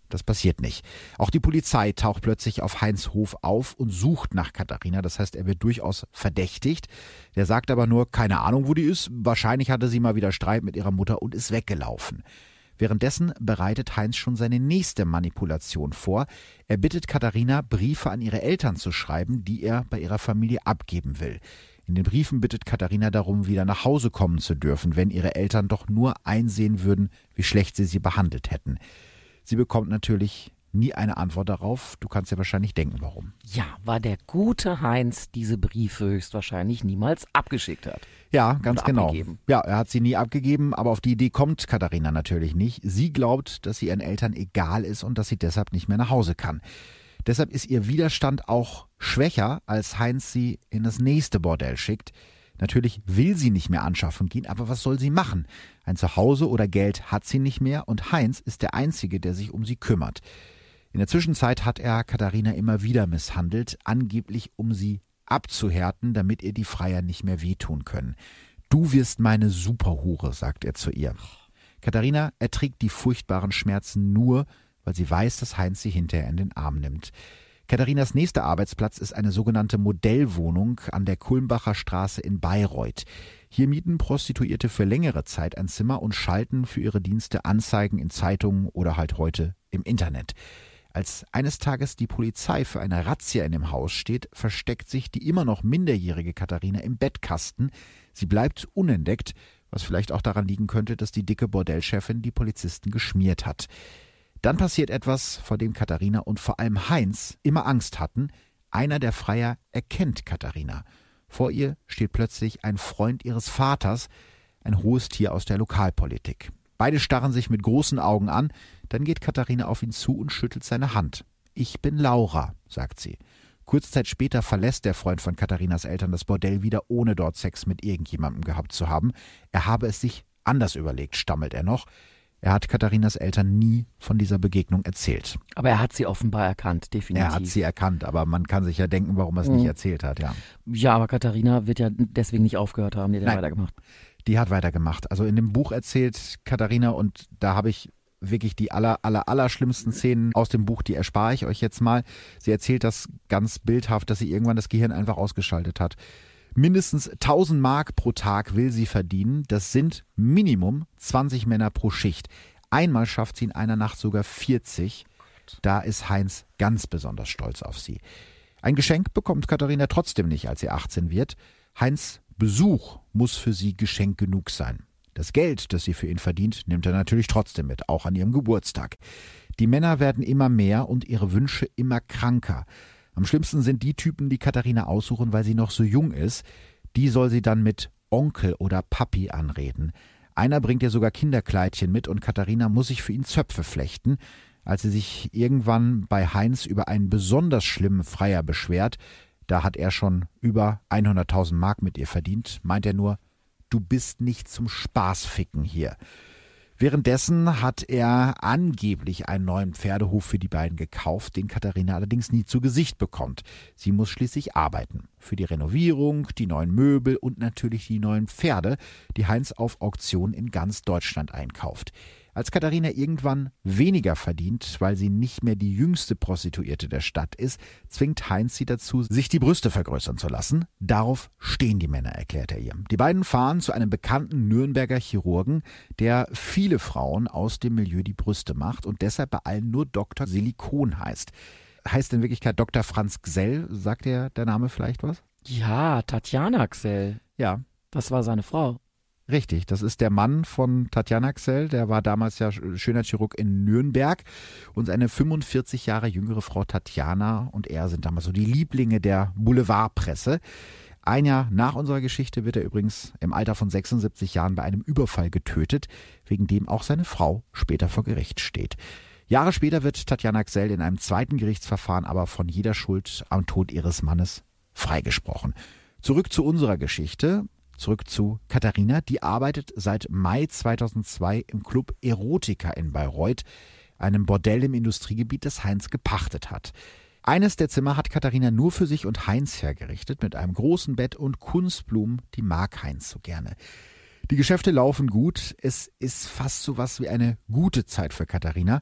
Speaker 2: Das passiert nicht. Auch die Polizei taucht plötzlich auf Heinz' Hof auf und sucht nach Katharina. Das heißt, er wird durchaus verdächtigt. Der sagt aber nur, keine Ahnung, wo die ist. Wahrscheinlich hatte sie mal wieder Streit mit ihrer Mutter und ist weggelaufen. Währenddessen bereitet Heinz schon seine nächste Manipulation vor. Er bittet Katharina, Briefe an ihre Eltern zu schreiben, die er bei ihrer Familie abgeben will. In den Briefen bittet Katharina darum, wieder nach Hause kommen zu dürfen, wenn ihre Eltern doch nur einsehen würden, wie schlecht sie sie behandelt hätten. Sie bekommt natürlich nie eine Antwort darauf. Du kannst dir wahrscheinlich denken, warum.
Speaker 3: Ja, weil der gute Heinz diese Briefe höchstwahrscheinlich niemals abgeschickt hat.
Speaker 2: Ja, ganz genau.
Speaker 3: Abgegeben.
Speaker 2: Ja, er hat sie nie abgegeben, aber auf die Idee kommt Katharina natürlich nicht. Sie glaubt, dass sie ihren Eltern egal ist und dass sie deshalb nicht mehr nach Hause kann. Deshalb ist ihr Widerstand auch schwächer, als Heinz sie in das nächste Bordell schickt. Natürlich will sie nicht mehr anschaffen gehen, aber was soll sie machen? Ein Zuhause oder Geld hat sie nicht mehr und Heinz ist der Einzige, der sich um sie kümmert. In der Zwischenzeit hat er Katharina immer wieder misshandelt, angeblich um sie abzuhärten, damit ihr die Freier nicht mehr wehtun können. Du wirst meine Superhure, sagt er zu ihr. Katharina erträgt die furchtbaren Schmerzen nur, weil sie weiß, dass Heinz sie hinterher in den Arm nimmt. Katharinas nächster Arbeitsplatz ist eine sogenannte Modellwohnung an der Kulmbacher Straße in Bayreuth. Hier mieten Prostituierte für längere Zeit ein Zimmer und schalten für ihre Dienste Anzeigen in Zeitungen oder halt heute im Internet. Als eines Tages die Polizei für eine Razzia in dem Haus steht, versteckt sich die immer noch minderjährige Katharina im Bettkasten. Sie bleibt unentdeckt, was vielleicht auch daran liegen könnte, dass die dicke Bordellchefin die Polizisten geschmiert hat. Dann passiert etwas, vor dem Katharina und vor allem Heinz immer Angst hatten. Einer der Freier erkennt Katharina. Vor ihr steht plötzlich ein Freund ihres Vaters, ein hohes Tier aus der Lokalpolitik. Beide starren sich mit großen Augen an. Dann geht Katharina auf ihn zu und schüttelt seine Hand. »Ich bin Laura«, sagt sie. Kurze Zeit später verlässt der Freund von Katharinas Eltern das Bordell wieder, ohne dort Sex mit irgendjemandem gehabt zu haben. Er habe es sich anders überlegt, stammelt er noch. Er hat Katharinas Eltern nie von dieser Begegnung erzählt.
Speaker 3: Aber er hat sie offenbar erkannt, definitiv.
Speaker 2: Er hat sie erkannt, aber man kann sich ja denken, warum er es mhm. nicht erzählt hat. Ja.
Speaker 3: ja, aber Katharina wird ja deswegen nicht aufgehört haben, die hat weitergemacht.
Speaker 2: Die hat weitergemacht. Also in dem Buch erzählt Katharina, und da habe ich wirklich die aller, aller, aller schlimmsten Szenen aus dem Buch, die erspare ich euch jetzt mal. Sie erzählt das ganz bildhaft, dass sie irgendwann das Gehirn einfach ausgeschaltet hat. Mindestens tausend Mark pro Tag will sie verdienen. Das sind Minimum zwanzig Männer pro Schicht. Einmal schafft sie in einer Nacht sogar vierzig. Da ist Heinz ganz besonders stolz auf sie. Ein Geschenk bekommt Katharina trotzdem nicht, als sie achtzehn wird. Heinz' Besuch muss für sie Geschenk genug sein. Das Geld, das sie für ihn verdient, nimmt er natürlich trotzdem mit, auch an ihrem Geburtstag. Die Männer werden immer mehr und ihre Wünsche immer kranker. Am schlimmsten sind die Typen, die Katharina aussuchen, weil sie noch so jung ist. Die soll sie dann mit Onkel oder Papi anreden. Einer bringt ihr sogar Kinderkleidchen mit und Katharina muss sich für ihn Zöpfe flechten. Als sie sich irgendwann bei Heinz über einen besonders schlimmen Freier beschwert, da hat er schon über hunderttausend Mark mit ihr verdient, meint er nur, du bist nicht zum Spaßficken hier. Währenddessen hat er angeblich einen neuen Pferdehof für die beiden gekauft, den Katharina allerdings nie zu Gesicht bekommt. Sie muss schließlich arbeiten. Für die Renovierung, die neuen Möbel und natürlich die neuen Pferde, die Heinz auf Auktion in ganz Deutschland einkauft. Als Katharina irgendwann weniger verdient, weil sie nicht mehr die jüngste Prostituierte der Stadt ist, zwingt Heinz sie dazu, sich die Brüste vergrößern zu lassen. Darauf stehen die Männer, erklärt er ihr. Die beiden fahren zu einem bekannten Nürnberger Chirurgen, der viele Frauen aus dem Milieu die Brüste macht und deshalb bei allen nur Doktor Silikon heißt. Heißt in Wirklichkeit Doktor Franz Gsell, sagt der, der Name vielleicht was?
Speaker 3: Ja, Tatjana Gsell.
Speaker 2: Ja.
Speaker 3: Das war seine Frau.
Speaker 2: Richtig, das ist der Mann von Tatjana Gsell, der war damals ja Schönheitschirurg in Nürnberg und seine fünfundvierzig Jahre jüngere Frau Tatjana und er sind damals so die Lieblinge der Boulevardpresse. Ein Jahr nach unserer Geschichte wird er übrigens im Alter von sechsundsiebzig Jahren bei einem Überfall getötet, wegen dem auch seine Frau später vor Gericht steht. Jahre später wird Tatjana Gsell in einem zweiten Gerichtsverfahren aber von jeder Schuld am Tod ihres Mannes freigesprochen. Zurück zu unserer Geschichte. Zurück zu Katharina, die arbeitet seit Mai zweitausendzwei im Club Erotica in Bayreuth, einem Bordell im Industriegebiet, das Heinz gepachtet hat. Eines der Zimmer hat Katharina nur für sich und Heinz hergerichtet, mit einem großen Bett und Kunstblumen, die mag Heinz so gerne. Die Geschäfte laufen gut, es ist fast so was wie eine gute Zeit für Katharina,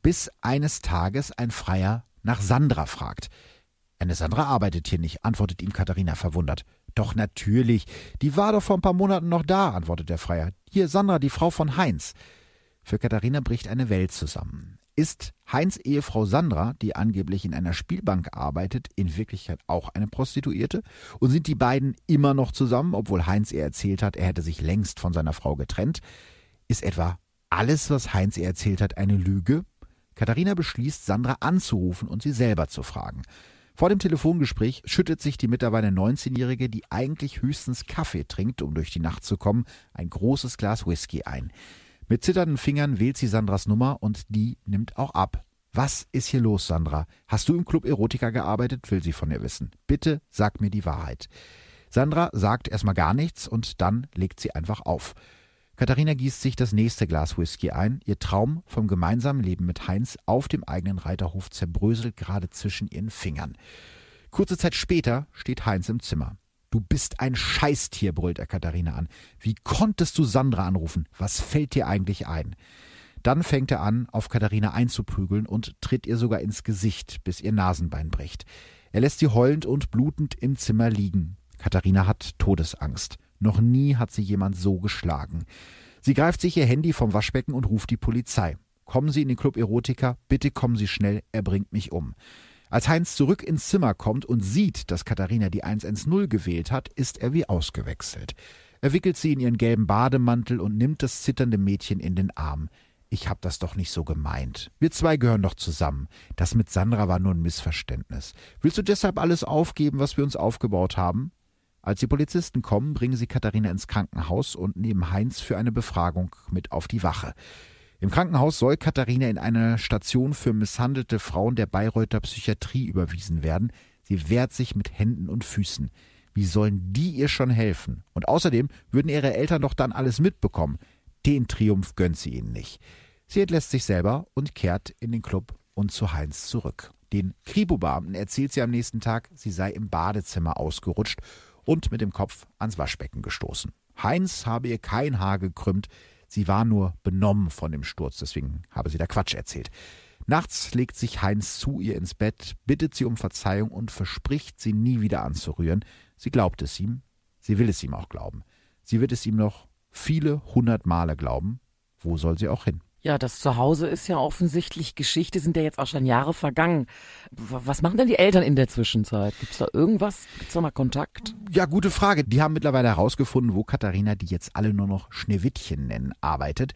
Speaker 2: bis eines Tages ein Freier nach Sandra fragt. »Eine Sandra arbeitet hier nicht«, antwortet ihm Katharina verwundert. »Doch natürlich, die war doch vor ein paar Monaten noch da«, antwortet der Freier. »Hier, Sandra, die Frau von Heinz.« Für Katharina bricht eine Welt zusammen. Ist Heinz' Ehefrau Sandra, die angeblich in einer Spielbank arbeitet, in Wirklichkeit auch eine Prostituierte? Und sind die beiden immer noch zusammen, obwohl Heinz ihr erzählt hat, er hätte sich längst von seiner Frau getrennt? Ist etwa alles, was Heinz ihr erzählt hat, eine Lüge? Katharina beschließt, Sandra anzurufen und sie selber zu fragen. Vor dem Telefongespräch schüttet sich die mittlerweile neunzehnjährige, die eigentlich höchstens Kaffee trinkt, um durch die Nacht zu kommen, ein großes Glas Whisky ein. Mit zitternden Fingern wählt sie Sandras Nummer und die nimmt auch ab. »Was ist hier los, Sandra? Hast du im Club Erotica gearbeitet?«, will sie von ihr wissen. »Bitte sag mir die Wahrheit.« Sandra sagt erstmal gar nichts und dann legt sie einfach auf. Katharina gießt sich das nächste Glas Whisky ein. Ihr Traum vom gemeinsamen Leben mit Heinz auf dem eigenen Reiterhof zerbröselt gerade zwischen ihren Fingern. Kurze Zeit später steht Heinz im Zimmer. »Du bist ein Scheißtier«, brüllt er Katharina an. »Wie konntest du Sandra anrufen? Was fällt dir eigentlich ein?« Dann fängt er an, auf Katharina einzuprügeln und tritt ihr sogar ins Gesicht, bis ihr Nasenbein bricht. Er lässt sie heulend und blutend im Zimmer liegen. Katharina hat Todesangst. Noch nie hat sie jemand so geschlagen. Sie greift sich ihr Handy vom Waschbecken und ruft die Polizei. »Kommen Sie in den Club Erotica, bitte kommen Sie schnell, er bringt mich um.« Als Heinz zurück ins Zimmer kommt und sieht, dass Katharina die eins eins null gewählt hat, ist er wie ausgewechselt. Er wickelt sie in ihren gelben Bademantel und nimmt das zitternde Mädchen in den Arm. »Ich hab das doch nicht so gemeint. Wir zwei gehören doch zusammen. Das mit Sandra war nur ein Missverständnis. Willst du deshalb alles aufgeben, was wir uns aufgebaut haben?« Als die Polizisten kommen, bringen sie Katharina ins Krankenhaus und nehmen Heinz für eine Befragung mit auf die Wache. Im Krankenhaus soll Katharina in eine Station für misshandelte Frauen der Bayreuther Psychiatrie überwiesen werden. Sie wehrt sich mit Händen und Füßen. Wie sollen die ihr schon helfen? Und außerdem würden ihre Eltern doch dann alles mitbekommen. Den Triumph gönnt sie ihnen nicht. Sie entlässt sich selber und kehrt in den Club und zu Heinz zurück. Den Kripo-Beamten erzählt sie am nächsten Tag, sie sei im Badezimmer ausgerutscht und mit dem Kopf ans Waschbecken gestoßen. Heinz habe ihr kein Haar gekrümmt, sie war nur benommen von dem Sturz, deswegen habe sie da Quatsch erzählt. Nachts legt sich Heinz zu ihr ins Bett, bittet sie um Verzeihung und verspricht, sie nie wieder anzurühren. Sie glaubt es ihm, sie will es ihm auch glauben. Sie wird es ihm noch viele hundert Male glauben. Wo soll sie auch hin?
Speaker 3: Ja, das Zuhause ist ja offensichtlich Geschichte, sind ja jetzt auch schon Jahre vergangen. Was machen denn die Eltern in der Zwischenzeit? Gibt's da irgendwas? Gibt's da mal Kontakt?
Speaker 2: Ja, gute Frage. Die haben mittlerweile herausgefunden, wo Katharina, die jetzt alle nur noch Schneewittchen nennen, arbeitet.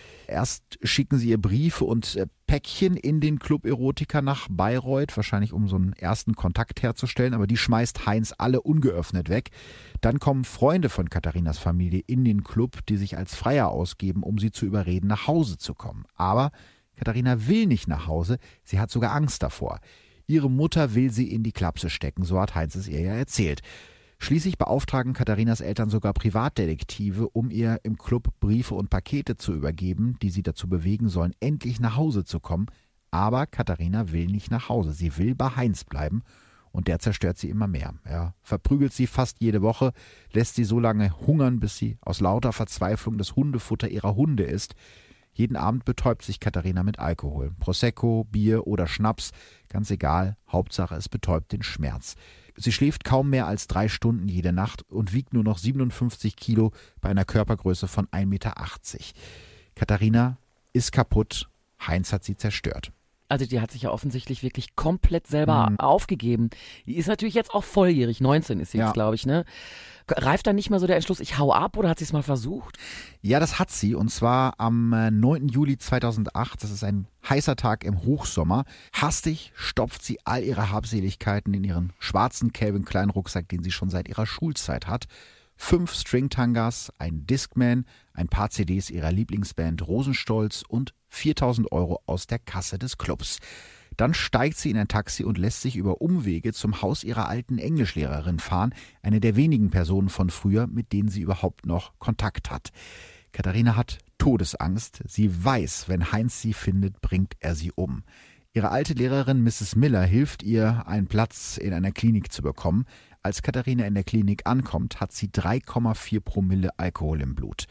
Speaker 2: Erst schicken sie ihr Briefe und äh, Päckchen in den Club Erotica nach Bayreuth, wahrscheinlich um so einen ersten Kontakt herzustellen, aber die schmeißt Heinz alle ungeöffnet weg. Dann kommen Freunde von Katharinas Familie in den Club, die sich als Freier ausgeben, um sie zu überreden, nach Hause zu kommen. Aber Katharina will nicht nach Hause, sie hat sogar Angst davor. Ihre Mutter will sie in die Klapse stecken, so hat Heinz es ihr ja erzählt. Schließlich beauftragen Katharinas Eltern sogar Privatdetektive, um ihr im Club Briefe und Pakete zu übergeben, die sie dazu bewegen sollen, endlich nach Hause zu kommen. Aber Katharina will nicht nach Hause. Sie will bei Heinz bleiben und der zerstört sie immer mehr. Er verprügelt sie fast jede Woche, lässt sie so lange hungern, bis sie aus lauter Verzweiflung das Hundefutter ihrer Hunde isst. Jeden Abend betäubt sich Katharina mit Alkohol. Prosecco, Bier oder Schnaps, ganz egal, Hauptsache es betäubt den Schmerz. Sie schläft kaum mehr als drei Stunden jede Nacht und wiegt nur noch siebenundfünfzig Kilo bei einer Körpergröße von ein Meter achtzig. Katharina ist kaputt, Heinz hat sie zerstört.
Speaker 3: Also die hat sich ja offensichtlich wirklich komplett selber mhm. aufgegeben. Die ist natürlich jetzt auch volljährig, neunzehn ist sie ja. jetzt, glaube ich, ne? Reift dann nicht mal so der Entschluss, ich hau ab, oder hat sie es mal versucht?
Speaker 2: Ja, das hat sie, und zwar am neunten Juli zweitausendacht, das ist ein heißer Tag im Hochsommer. Hastig stopft sie all ihre Habseligkeiten in ihren schwarzen Calvin Klein Rucksack, den sie schon seit ihrer Schulzeit hat. Fünf Stringtangas, ein Discman, ein paar C Ds ihrer Lieblingsband Rosenstolz und viertausend Euro aus der Kasse des Clubs. Dann steigt sie in ein Taxi und lässt sich über Umwege zum Haus ihrer alten Englischlehrerin fahren, eine der wenigen Personen von früher, mit denen sie überhaupt noch Kontakt hat. Katharina hat Todesangst. Sie weiß, wenn Heinz sie findet, bringt er sie um. Ihre alte Lehrerin Misses Miller hilft ihr, einen Platz in einer Klinik zu bekommen. Als Katharina in der Klinik ankommt, hat sie drei Komma vier Promille Alkohol im Blut.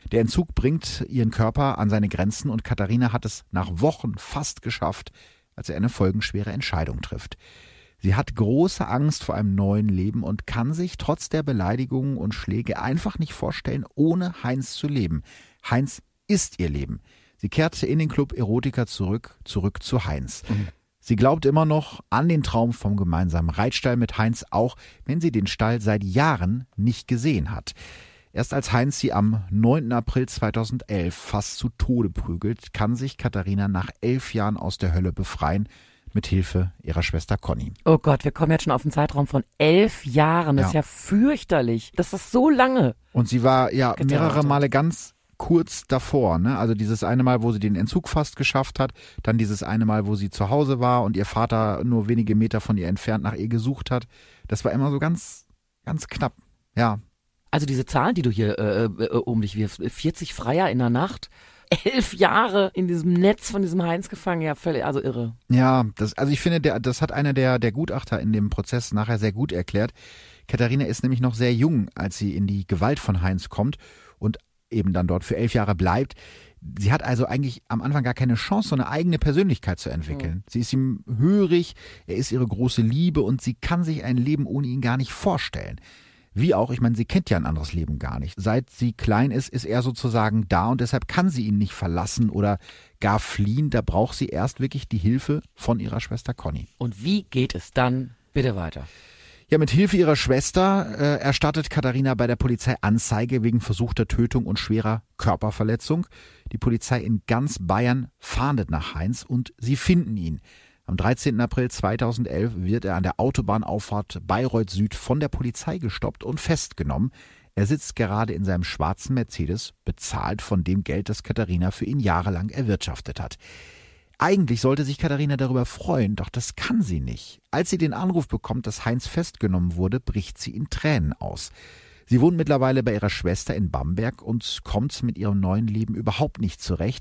Speaker 2: Der Entzug bringt ihren Körper an seine Grenzen und Katharina hat es nach Wochen fast geschafft, als er eine folgenschwere Entscheidung trifft. Sie hat große Angst vor einem neuen Leben und kann sich trotz der Beleidigungen und Schläge einfach nicht vorstellen, ohne Heinz zu leben. Heinz ist ihr Leben. Sie kehrte in den Club Erotica zurück, zurück zu Heinz. Mhm. Sie glaubt immer noch an den Traum vom gemeinsamen Reitstall mit Heinz, auch wenn sie den Stall seit Jahren nicht gesehen hat. Erst als Heinz sie am neunten April zweitausendelf fast zu Tode prügelt, kann sich Katharina nach elf Jahren aus der Hölle befreien, mit Hilfe ihrer Schwester Conny.
Speaker 3: Oh Gott, wir kommen jetzt schon auf einen Zeitraum von elf Jahren. Das ja. ist ja fürchterlich. Das ist so lange.
Speaker 2: Und sie war ja mehrere Male ganz kurz davor, ne? Also dieses eine Mal, wo sie den Entzug fast geschafft hat, dann dieses eine Mal, wo sie zu Hause war und ihr Vater nur wenige Meter von ihr entfernt nach ihr gesucht hat. Das war immer so ganz, ganz knapp, ja.
Speaker 3: Also diese Zahlen, die du hier äh, äh, um dich wirfst, vierzig Freier in der Nacht, elf Jahre in diesem Netz von diesem Heinz gefangen, ja, völlig, also irre.
Speaker 2: Ja, das, also ich finde, der, das hat einer der, der Gutachter in dem Prozess nachher sehr gut erklärt. Katharina ist nämlich noch sehr jung, als sie in die Gewalt von Heinz kommt und eben dann dort für elf Jahre bleibt. Sie hat also eigentlich am Anfang gar keine Chance, so eine eigene Persönlichkeit zu entwickeln. Mhm. Sie ist ihm hörig, er ist ihre große Liebe und sie kann sich ein Leben ohne ihn gar nicht vorstellen. Wie auch, ich meine, sie kennt ja ein anderes Leben gar nicht. Seit sie klein ist, ist er sozusagen da und deshalb kann sie ihn nicht verlassen oder gar fliehen. Da braucht sie erst wirklich die Hilfe von ihrer Schwester Conny.
Speaker 3: Und wie geht es dann bitte weiter?
Speaker 2: Ja, mit Hilfe ihrer Schwester äh, erstattet Katharina bei der Polizei Anzeige wegen versuchter Tötung und schwerer Körperverletzung. Die Polizei in ganz Bayern fahndet nach Heinz und sie finden ihn. Am dreizehnten April zweitausendelf wird er an der Autobahnauffahrt Bayreuth Süd von der Polizei gestoppt und festgenommen. Er sitzt gerade in seinem schwarzen Mercedes, bezahlt von dem Geld, das Katharina für ihn jahrelang erwirtschaftet hat. Eigentlich sollte sich Katharina darüber freuen, doch das kann sie nicht. Als sie den Anruf bekommt, dass Heinz festgenommen wurde, bricht sie in Tränen aus. Sie wohnt mittlerweile bei ihrer Schwester in Bamberg und kommt mit ihrem neuen Leben überhaupt nicht zurecht.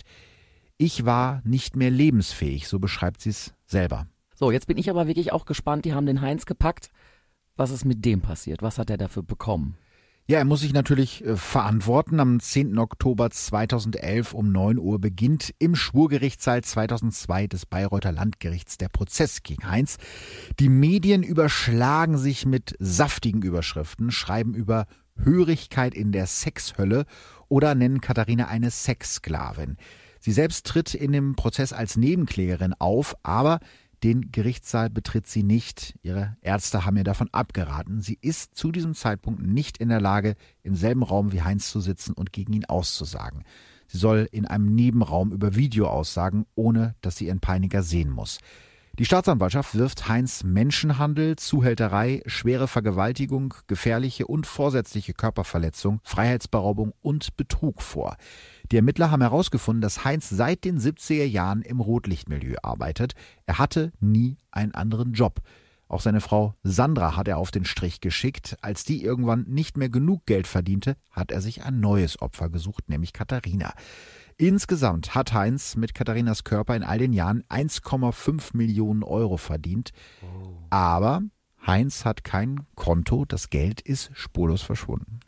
Speaker 2: Ich war nicht mehr lebensfähig, so beschreibt sie es selber.
Speaker 3: So, jetzt bin ich aber wirklich auch gespannt. Die haben den Heinz gepackt. Was ist mit dem passiert? Was hat er dafür bekommen?
Speaker 2: Ja, er muss sich natürlich äh, verantworten. Am zehnten Oktober zweitausendelf um neun Uhr beginnt im Schwurgerichtssaal zweitausendzwei des Bayreuther Landgerichts der Prozess gegen Heinz. Die Medien überschlagen sich mit saftigen Überschriften, schreiben über Hörigkeit in der Sexhölle oder nennen Katharina eine Sexsklavin. Sie selbst tritt in dem Prozess als Nebenklägerin auf, aber den Gerichtssaal betritt sie nicht. Ihre Ärzte haben ihr davon abgeraten. Sie ist zu diesem Zeitpunkt nicht in der Lage, im selben Raum wie Heinz zu sitzen und gegen ihn auszusagen. Sie soll in einem Nebenraum über Video aussagen, ohne dass sie ihren Peiniger sehen muss. Die Staatsanwaltschaft wirft Heinz Menschenhandel, Zuhälterei, schwere Vergewaltigung, gefährliche und vorsätzliche Körperverletzung, Freiheitsberaubung und Betrug vor. Die Ermittler haben herausgefunden, dass Heinz seit den siebziger Jahren im Rotlichtmilieu arbeitet. Er hatte nie einen anderen Job. Auch seine Frau Sandra hat er auf den Strich geschickt. Als die irgendwann nicht mehr genug Geld verdiente, hat er sich ein neues Opfer gesucht, nämlich Katharina. Insgesamt hat Heinz mit Katharinas Körper in all den Jahren eins Komma fünf Millionen Euro verdient. Oh. Aber Heinz hat kein Konto, das Geld ist spurlos verschwunden.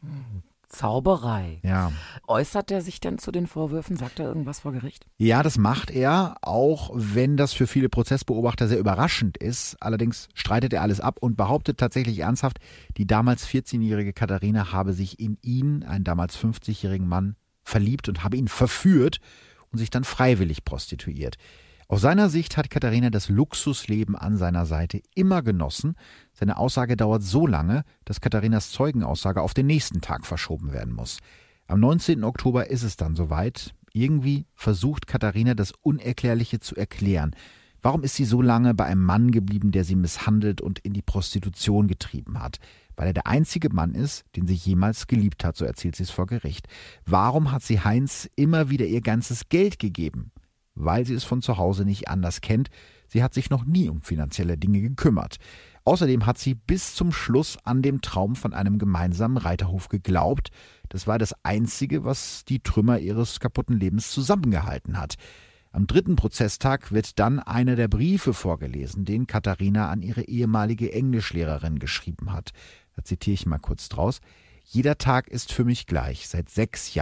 Speaker 3: Zauberei.
Speaker 2: Ja.
Speaker 3: Äußert er sich denn zu den Vorwürfen? Sagt er irgendwas vor Gericht?
Speaker 2: Ja, das macht er, auch wenn das für viele Prozessbeobachter sehr überraschend ist. Allerdings streitet er alles ab und behauptet tatsächlich ernsthaft, die damals vierzehnjährige Katharina habe sich in ihn, einen damals fünfzigjährigen Mann, verliebt und habe ihn verführt und sich dann freiwillig prostituiert. Aus seiner Sicht hat Katharina das Luxusleben an seiner Seite immer genossen. Seine Aussage dauert so lange, dass Katharinas Zeugenaussage auf den nächsten Tag verschoben werden muss. Am neunzehnten Oktober ist es dann soweit. Irgendwie versucht Katharina, das Unerklärliche zu erklären. Warum ist sie so lange bei einem Mann geblieben, der sie misshandelt und in die Prostitution getrieben hat? Weil er der einzige Mann ist, den sie jemals geliebt hat, so erzählt sie es vor Gericht. Warum hat sie Heinz immer wieder ihr ganzes Geld gegeben? Weil sie es von zu Hause nicht anders kennt. Sie hat sich noch nie um finanzielle Dinge gekümmert. Außerdem hat sie bis zum Schluss an den Traum von einem gemeinsamen Reiterhof geglaubt. Das war das Einzige, was die Trümmer ihres kaputten Lebens zusammengehalten hat. Am dritten Prozesstag wird dann einer der Briefe vorgelesen, den Katharina an ihre ehemalige Englischlehrerin geschrieben hat. Da zitiere ich mal kurz draus. Jeder Tag ist für mich gleich, seit sechs Jahren.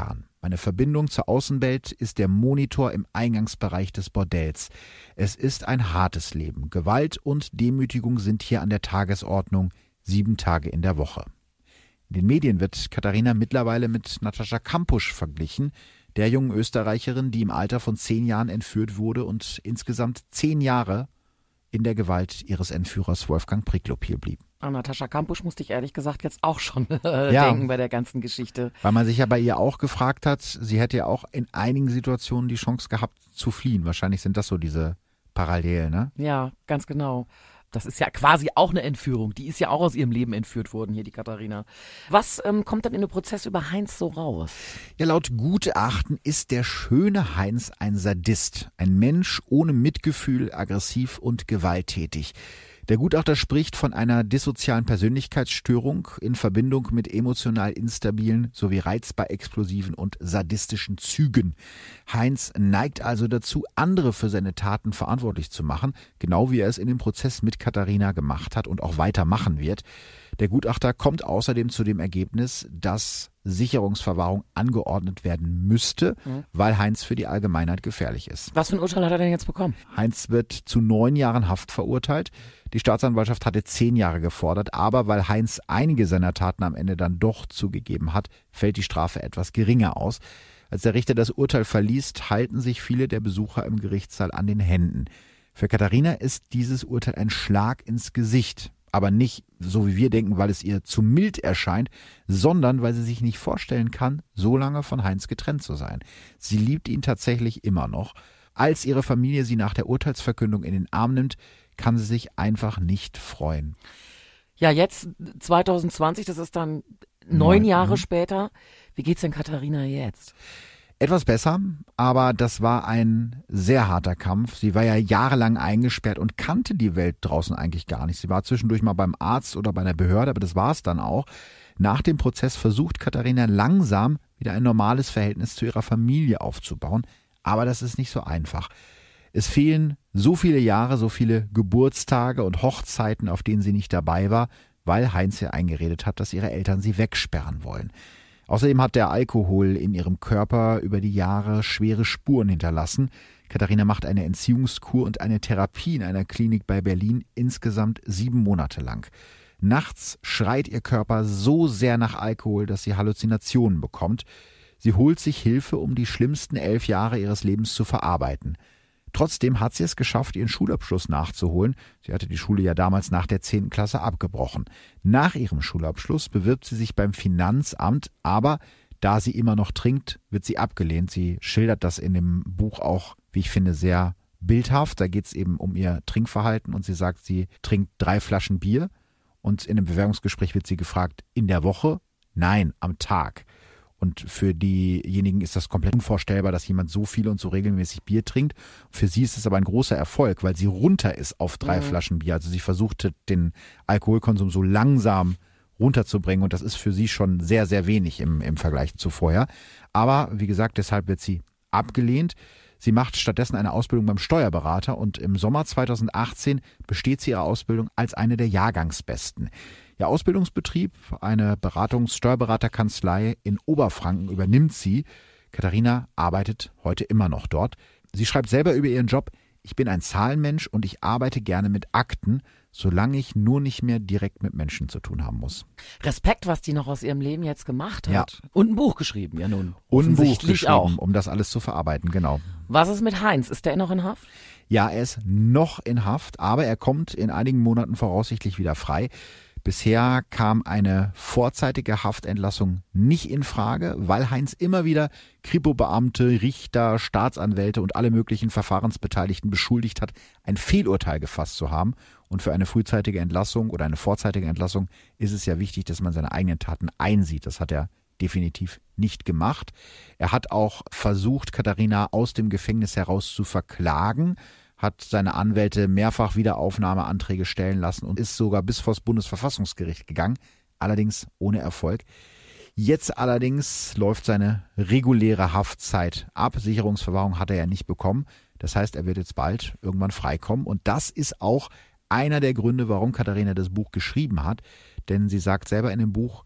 Speaker 2: Meine Verbindung zur Außenwelt ist der Monitor im Eingangsbereich des Bordells. Es ist ein hartes Leben. Gewalt und Demütigung sind hier an der Tagesordnung, sieben Tage in der Woche. In den Medien wird Katharina mittlerweile mit Natascha Kampusch verglichen, der jungen Österreicherin, die im Alter von zehn Jahren entführt wurde und insgesamt zehn Jahre in der Gewalt ihres Entführers Wolfgang Priklopil blieb.
Speaker 3: An Natascha Kampusch musste ich ehrlich gesagt jetzt auch schon äh,
Speaker 2: ja,
Speaker 3: denken bei der ganzen Geschichte.
Speaker 2: Weil man sich ja bei ihr auch gefragt hat, sie hätte ja auch in einigen Situationen die Chance gehabt zu fliehen. Wahrscheinlich sind das so diese Parallelen, ne?
Speaker 3: Ja, ganz genau. Das ist ja quasi auch eine Entführung. Die ist ja auch aus ihrem Leben entführt worden, hier die Katharina. Was ähm, kommt dann in dem Prozess über Heinz so raus?
Speaker 2: Ja, laut Gutachten ist der schöne Heinz ein Sadist. Ein Mensch ohne Mitgefühl, aggressiv und gewalttätig. Der Gutachter spricht von einer dissozialen Persönlichkeitsstörung in Verbindung mit emotional instabilen sowie reizbar explosiven und sadistischen Zügen. Heinz neigt also dazu, andere für seine Taten verantwortlich zu machen, genau wie er es in dem Prozess mit Katharina gemacht hat und auch weitermachen wird. Der Gutachter kommt außerdem zu dem Ergebnis, dass Sicherungsverwahrung angeordnet werden müsste, mhm. weil Heinz für die Allgemeinheit gefährlich ist.
Speaker 3: Was für ein Urteil hat er denn jetzt bekommen?
Speaker 2: Heinz wird zu neun Jahren Haft verurteilt. Die Staatsanwaltschaft hatte zehn Jahre gefordert, aber weil Heinz einige seiner Taten am Ende dann doch zugegeben hat, fällt die Strafe etwas geringer aus. Als der Richter das Urteil verliest, halten sich viele der Besucher im Gerichtssaal an den Händen. Für Katharina ist dieses Urteil ein Schlag ins Gesicht. Aber nicht, so wie wir denken, weil es ihr zu mild erscheint, sondern weil sie sich nicht vorstellen kann, so lange von Heinz getrennt zu sein. Sie liebt ihn tatsächlich immer noch. Als ihre Familie sie nach der Urteilsverkündung in den Arm nimmt, kann sie sich einfach nicht freuen.
Speaker 3: Ja, jetzt zwanzig zwanzig, das ist dann neun Jahre mhm. später. Wie geht's denn Katharina jetzt?
Speaker 2: Etwas besser, aber das war ein sehr harter Kampf. Sie war ja jahrelang eingesperrt und kannte die Welt draußen eigentlich gar nicht. Sie war zwischendurch mal beim Arzt oder bei einer Behörde, aber das war es dann auch. Nach dem Prozess versucht Katharina langsam wieder ein normales Verhältnis zu ihrer Familie aufzubauen, aber das ist nicht so einfach. Es fehlen so viele Jahre, so viele Geburtstage und Hochzeiten, auf denen sie nicht dabei war, weil Heinz ihr eingeredet hat, dass ihre Eltern sie wegsperren wollen. Außerdem hat der Alkohol in ihrem Körper über die Jahre schwere Spuren hinterlassen. Katharina macht eine Entziehungskur und eine Therapie in einer Klinik bei Berlin insgesamt sieben Monate lang. Nachts schreit ihr Körper so sehr nach Alkohol, dass sie Halluzinationen bekommt. Sie holt sich Hilfe, um die schlimmsten elf Jahre ihres Lebens zu verarbeiten. Trotzdem hat sie es geschafft, ihren Schulabschluss nachzuholen. Sie hatte die Schule ja damals nach der zehnten Klasse abgebrochen. Nach ihrem Schulabschluss bewirbt sie sich beim Finanzamt, aber da sie immer noch trinkt, wird sie abgelehnt. Sie schildert das in dem Buch auch, wie ich finde, sehr bildhaft. Da geht es eben um ihr Trinkverhalten und sie sagt, sie trinkt drei Flaschen Bier und in einem Bewerbungsgespräch wird sie gefragt, in der Woche? Nein, am Tag. Und für diejenigen ist das komplett unvorstellbar, dass jemand so viel und so regelmäßig Bier trinkt. Für sie ist es aber ein großer Erfolg, weil sie runter ist auf drei mhm. Flaschen Bier. Also sie versuchte, den Alkoholkonsum so langsam runterzubringen. Und das ist für sie schon sehr, sehr wenig im, im Vergleich zu vorher. Aber wie gesagt, deshalb wird sie abgelehnt. Sie macht stattdessen eine Ausbildung beim Steuerberater und im Sommer zweitausendachtzehn besteht sie ihre Ausbildung als eine der Jahrgangsbesten. Ihr Ausbildungsbetrieb, eine Beratungs-, Steuerberaterkanzlei in Oberfranken, übernimmt sie. Katharina arbeitet heute immer noch dort. Sie schreibt selber über ihren Job: Ich bin ein Zahlenmensch und ich arbeite gerne mit Akten, solange ich nur nicht mehr direkt mit Menschen zu tun haben muss.
Speaker 3: Respekt, was die noch aus ihrem Leben jetzt gemacht hat.
Speaker 2: Ja.
Speaker 3: Und ein Buch geschrieben, ja nun.
Speaker 2: Und ein Buch geschrieben,
Speaker 3: auch.
Speaker 2: um das alles zu verarbeiten, genau.
Speaker 3: Was ist mit Heinz? Ist der noch in Haft?
Speaker 2: Ja, er ist noch in Haft, aber er kommt in einigen Monaten voraussichtlich wieder frei. Bisher kam eine vorzeitige Haftentlassung nicht in Frage, weil Heinz immer wieder Kripo-Beamte, Richter, Staatsanwälte und alle möglichen Verfahrensbeteiligten beschuldigt hat, ein Fehlurteil gefasst zu haben. Und für eine frühzeitige Entlassung oder eine vorzeitige Entlassung ist es ja wichtig, dass man seine eigenen Taten einsieht. Das hat er definitiv nicht gemacht. Er hat auch versucht, Katharina aus dem Gefängnis heraus zu verklagen, hat seine Anwälte mehrfach Wiederaufnahmeanträge stellen lassen und ist sogar bis vor das Bundesverfassungsgericht gegangen, allerdings ohne Erfolg. Jetzt allerdings läuft seine reguläre Haftzeit ab. Sicherungsverwahrung hat er ja nicht bekommen. Das heißt, er wird jetzt bald irgendwann freikommen. Und das ist auch einer der Gründe, warum Katharina das Buch geschrieben hat. Denn sie sagt selber in dem Buch,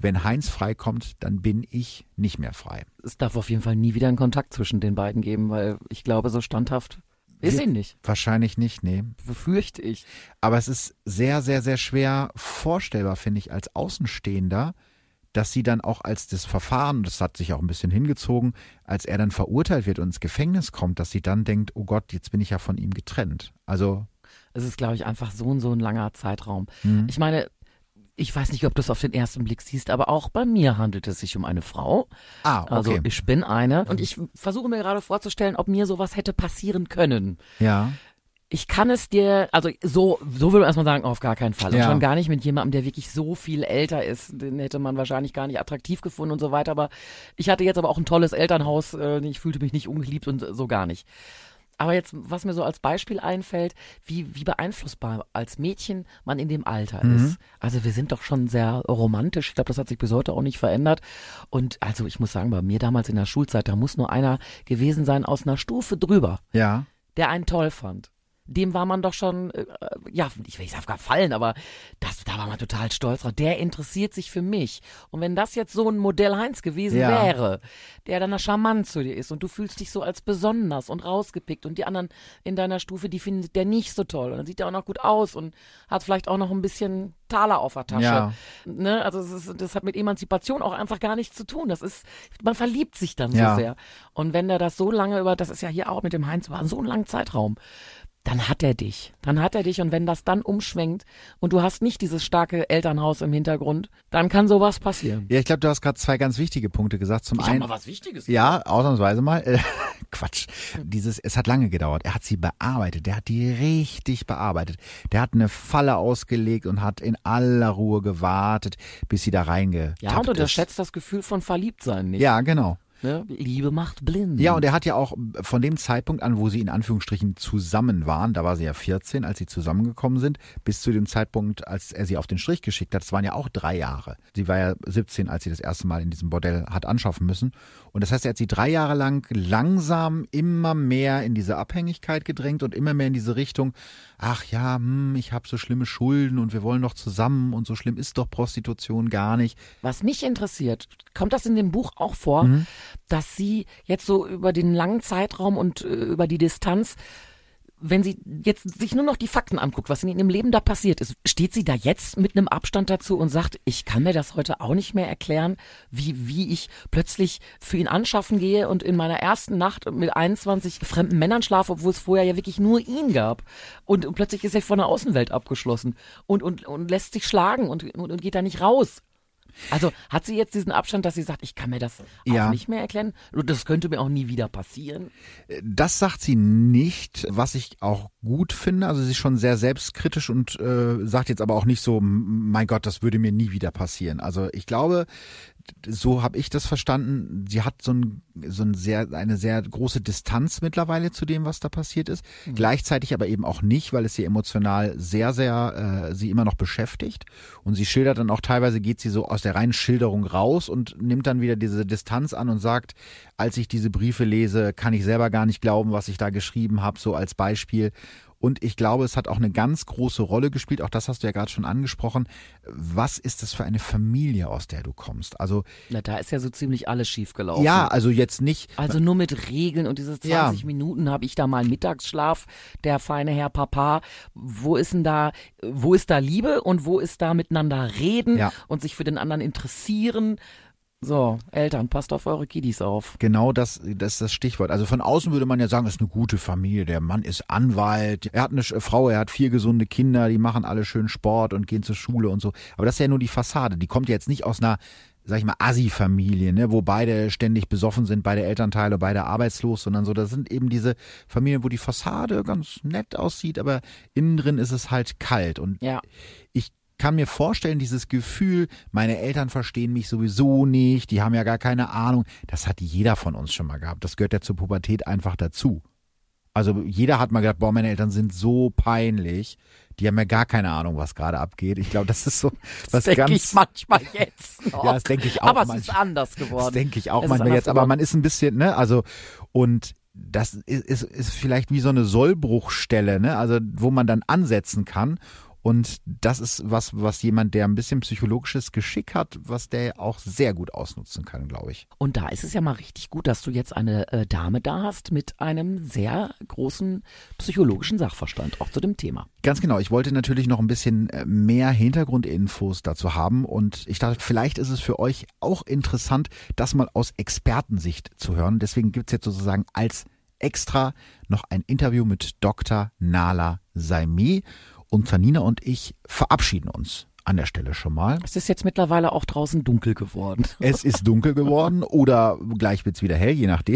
Speaker 2: wenn Heinz freikommt, dann bin ich nicht mehr frei.
Speaker 3: Es darf auf jeden Fall nie wieder einen Kontakt zwischen den beiden geben, weil ich glaube, so standhaft ist ihn nicht.
Speaker 2: Wahrscheinlich nicht, nee.
Speaker 3: Befürchte ich.
Speaker 2: Aber es ist sehr, sehr, sehr schwer vorstellbar, finde ich, als Außenstehender, dass sie dann auch als das Verfahren, das hat sich auch ein bisschen hingezogen, als er dann verurteilt wird und ins Gefängnis kommt, dass sie dann denkt, oh Gott, jetzt bin ich ja von ihm getrennt. Also
Speaker 3: es ist, glaube ich, einfach so und so ein langer Zeitraum.
Speaker 2: Mhm.
Speaker 3: Ich meine, ich weiß nicht, ob du es auf den ersten Blick siehst, aber auch bei mir handelt es sich um eine Frau.
Speaker 2: Ah, okay.
Speaker 3: Also ich bin eine und ich versuche mir gerade vorzustellen, ob mir sowas hätte passieren können.
Speaker 2: Ja.
Speaker 3: Ich kann es dir, also so, so würde man erstmal sagen, auf gar keinen Fall. Und
Speaker 2: Ja.
Speaker 3: schon gar nicht mit jemandem, der wirklich so viel älter ist. Den hätte man wahrscheinlich gar nicht attraktiv gefunden und so weiter. Aber ich hatte jetzt aber auch ein tolles Elternhaus. äh, Ich fühlte mich nicht ungeliebt und so gar nicht. Aber jetzt, was mir so als Beispiel einfällt, wie, wie beeinflussbar als Mädchen man in dem Alter
Speaker 2: Mhm.
Speaker 3: ist. Also wir sind doch schon sehr romantisch. Ich glaube, das hat sich bis heute auch nicht verändert. Und also ich muss sagen, bei mir damals in der Schulzeit, da muss nur einer gewesen sein aus einer Stufe drüber,
Speaker 2: Ja.
Speaker 3: der einen toll fand. Dem war man doch schon, äh, ja, ich will nicht sagen gefallen, aber das, da war man total stolz drauf. Der interessiert sich für mich. Und wenn das jetzt so ein Modell Heinz gewesen
Speaker 2: Ja.
Speaker 3: wäre, der dann charmant zu dir ist und du fühlst dich so als besonders und rausgepickt und die anderen in deiner Stufe, die findet der nicht so toll. Und dann sieht der auch noch gut aus und hat vielleicht auch noch ein bisschen Taler auf der Tasche.
Speaker 2: Ja.
Speaker 3: Ne? Also es ist, das hat mit Emanzipation auch einfach gar nichts zu tun. Das ist, man verliebt sich dann
Speaker 2: Ja.
Speaker 3: so sehr. Und wenn der das so lange über, das ist ja hier auch mit dem Heinz, war so ein langer Zeitraum, dann hat er dich. Dann hat er dich und wenn das dann umschwenkt und du hast nicht dieses starke Elternhaus im Hintergrund, dann kann sowas passieren.
Speaker 2: Ja, ich glaube, du hast gerade zwei ganz wichtige Punkte gesagt. Zum
Speaker 3: Ich habe
Speaker 2: einen,
Speaker 3: mal was Wichtiges
Speaker 2: ja, ausnahmsweise mal. Äh, Quatsch. Dieses, es hat lange gedauert. Er hat sie bearbeitet. Der hat die richtig bearbeitet. Der hat eine Falle ausgelegt und hat in aller Ruhe gewartet, bis sie da reingetappt
Speaker 3: Ja, und
Speaker 2: ist.
Speaker 3: unterschätzt das Gefühl von Verliebtsein nicht.
Speaker 2: Ja, genau.
Speaker 3: Ne? Liebe macht blind.
Speaker 2: Ja, und er hat ja auch von dem Zeitpunkt an, wo sie in Anführungsstrichen zusammen waren, da war sie ja vierzehn, als sie zusammengekommen sind, bis zu dem Zeitpunkt, als er sie auf den Strich geschickt hat, das waren ja auch drei Jahre. Sie war ja siebzehn, als sie das erste Mal in diesem Bordell hat anschaffen müssen. Und das heißt, er hat sie drei Jahre lang langsam immer mehr in diese Abhängigkeit gedrängt und immer mehr in diese Richtung, ach ja, hm, ich habe so schlimme Schulden und wir wollen doch zusammen und so schlimm ist doch Prostitution gar nicht.
Speaker 3: Was mich interessiert, kommt das in dem Buch auch vor,
Speaker 2: Mhm.
Speaker 3: dass sie jetzt so über den langen Zeitraum und äh, über die Distanz, wenn sie jetzt sich nur noch die Fakten anguckt, was in ihrem Leben da passiert ist, steht sie da jetzt mit einem Abstand dazu und sagt, ich kann mir das heute auch nicht mehr erklären, wie, wie ich plötzlich für ihn anschaffen gehe und in meiner ersten Nacht mit einundzwanzig fremden Männern schlafe, obwohl es vorher ja wirklich nur ihn gab. Und, und plötzlich ist er von der Außenwelt abgeschlossen und, und, und lässt sich schlagen und, und, und geht da nicht raus. Also hat sie jetzt diesen Abstand, dass sie sagt, ich kann mir das auch
Speaker 2: Ja.
Speaker 3: nicht mehr erklären? Und das könnte mir auch nie wieder passieren.
Speaker 2: Das sagt sie nicht, was ich auch gut finde. Also sie ist schon sehr selbstkritisch und äh, sagt jetzt aber auch nicht so, mein Gott, das würde mir nie wieder passieren. Also ich glaube, so habe ich das verstanden. Sie hat so, ein, so ein sehr, eine sehr große Distanz mittlerweile zu dem, was da passiert ist. Mhm. Gleichzeitig aber eben auch nicht, weil es sie emotional sehr, sehr, äh, sie immer noch beschäftigt. Und sie schildert dann auch teilweise, geht sie so aus der reinen Schilderung raus und nimmt dann wieder diese Distanz an und sagt, als ich diese Briefe lese, kann ich selber gar nicht glauben, was ich da geschrieben habe, so als Beispiel. Und ich glaube, es hat auch eine ganz große Rolle gespielt, auch das hast du ja gerade schon angesprochen. Was ist das für eine Familie, aus der du kommst? Also
Speaker 3: Na, da ist ja so ziemlich alles schief gelaufen.
Speaker 2: ja, also jetzt nicht.
Speaker 3: Also nur mit Regeln und diese zwanzig
Speaker 2: Ja.
Speaker 3: Minuten habe ich da mal einen Mittagsschlaf, der feine Herr Papa. Wo ist denn da, wo ist da Liebe und wo ist da miteinander reden
Speaker 2: Ja.
Speaker 3: und sich für den anderen interessieren? So, Eltern, passt auf eure Kiddies auf.
Speaker 2: Genau das, das ist das Stichwort. Also von außen würde man ja sagen, es ist eine gute Familie. Der Mann ist Anwalt, er hat eine Frau, er hat vier gesunde Kinder, die machen alle schön Sport und gehen zur Schule und so. Aber das ist ja nur die Fassade. Die kommt ja jetzt nicht aus einer, sag ich mal, Assi-Familie, ne, wo beide ständig besoffen sind, beide Elternteile, beide arbeitslos, sondern so, das sind eben diese Familien, wo die Fassade ganz nett aussieht, aber innen drin ist es halt kalt. Und
Speaker 3: Ja.
Speaker 2: ich kann mir vorstellen, dieses Gefühl, meine Eltern verstehen mich sowieso nicht, die haben ja gar keine Ahnung, das hat jeder von uns schon mal gehabt. Das gehört ja zur Pubertät einfach dazu. Also jeder hat mal gedacht, boah, meine Eltern sind so peinlich, die haben ja gar keine Ahnung, was gerade abgeht. Ich glaube, das ist so was
Speaker 3: Das denke
Speaker 2: ganz...
Speaker 3: ich manchmal jetzt noch.
Speaker 2: Ja, das denke ich auch
Speaker 3: Aber es
Speaker 2: manchmal.
Speaker 3: ist anders geworden.
Speaker 2: Das denke ich auch
Speaker 3: Es ist
Speaker 2: manchmal
Speaker 3: anders
Speaker 2: jetzt, aber
Speaker 3: geworden.
Speaker 2: man ist ein bisschen, ne, also und das ist, ist, ist vielleicht wie so eine Sollbruchstelle, ne, also wo man dann ansetzen kann. Und das ist was, was jemand, der ein bisschen psychologisches Geschick hat, was der auch sehr gut ausnutzen kann, glaube ich.
Speaker 3: Und da ist es ja mal richtig gut, dass du jetzt eine äh, Dame da hast mit einem sehr großen psychologischen Sachverstand, auch zu dem Thema.
Speaker 2: Ganz genau. Ich wollte natürlich noch ein bisschen mehr Hintergrundinfos dazu haben und ich dachte, vielleicht ist es für euch auch interessant, das mal aus Expertensicht zu hören. Deswegen gibt es jetzt sozusagen als extra noch ein Interview mit Doktor Nala Saimeh. Und Janina und ich verabschieden uns an der Stelle schon mal.
Speaker 3: Es ist jetzt mittlerweile auch draußen dunkel geworden.
Speaker 2: Es ist dunkel geworden oder gleich wird's wieder hell, je nachdem.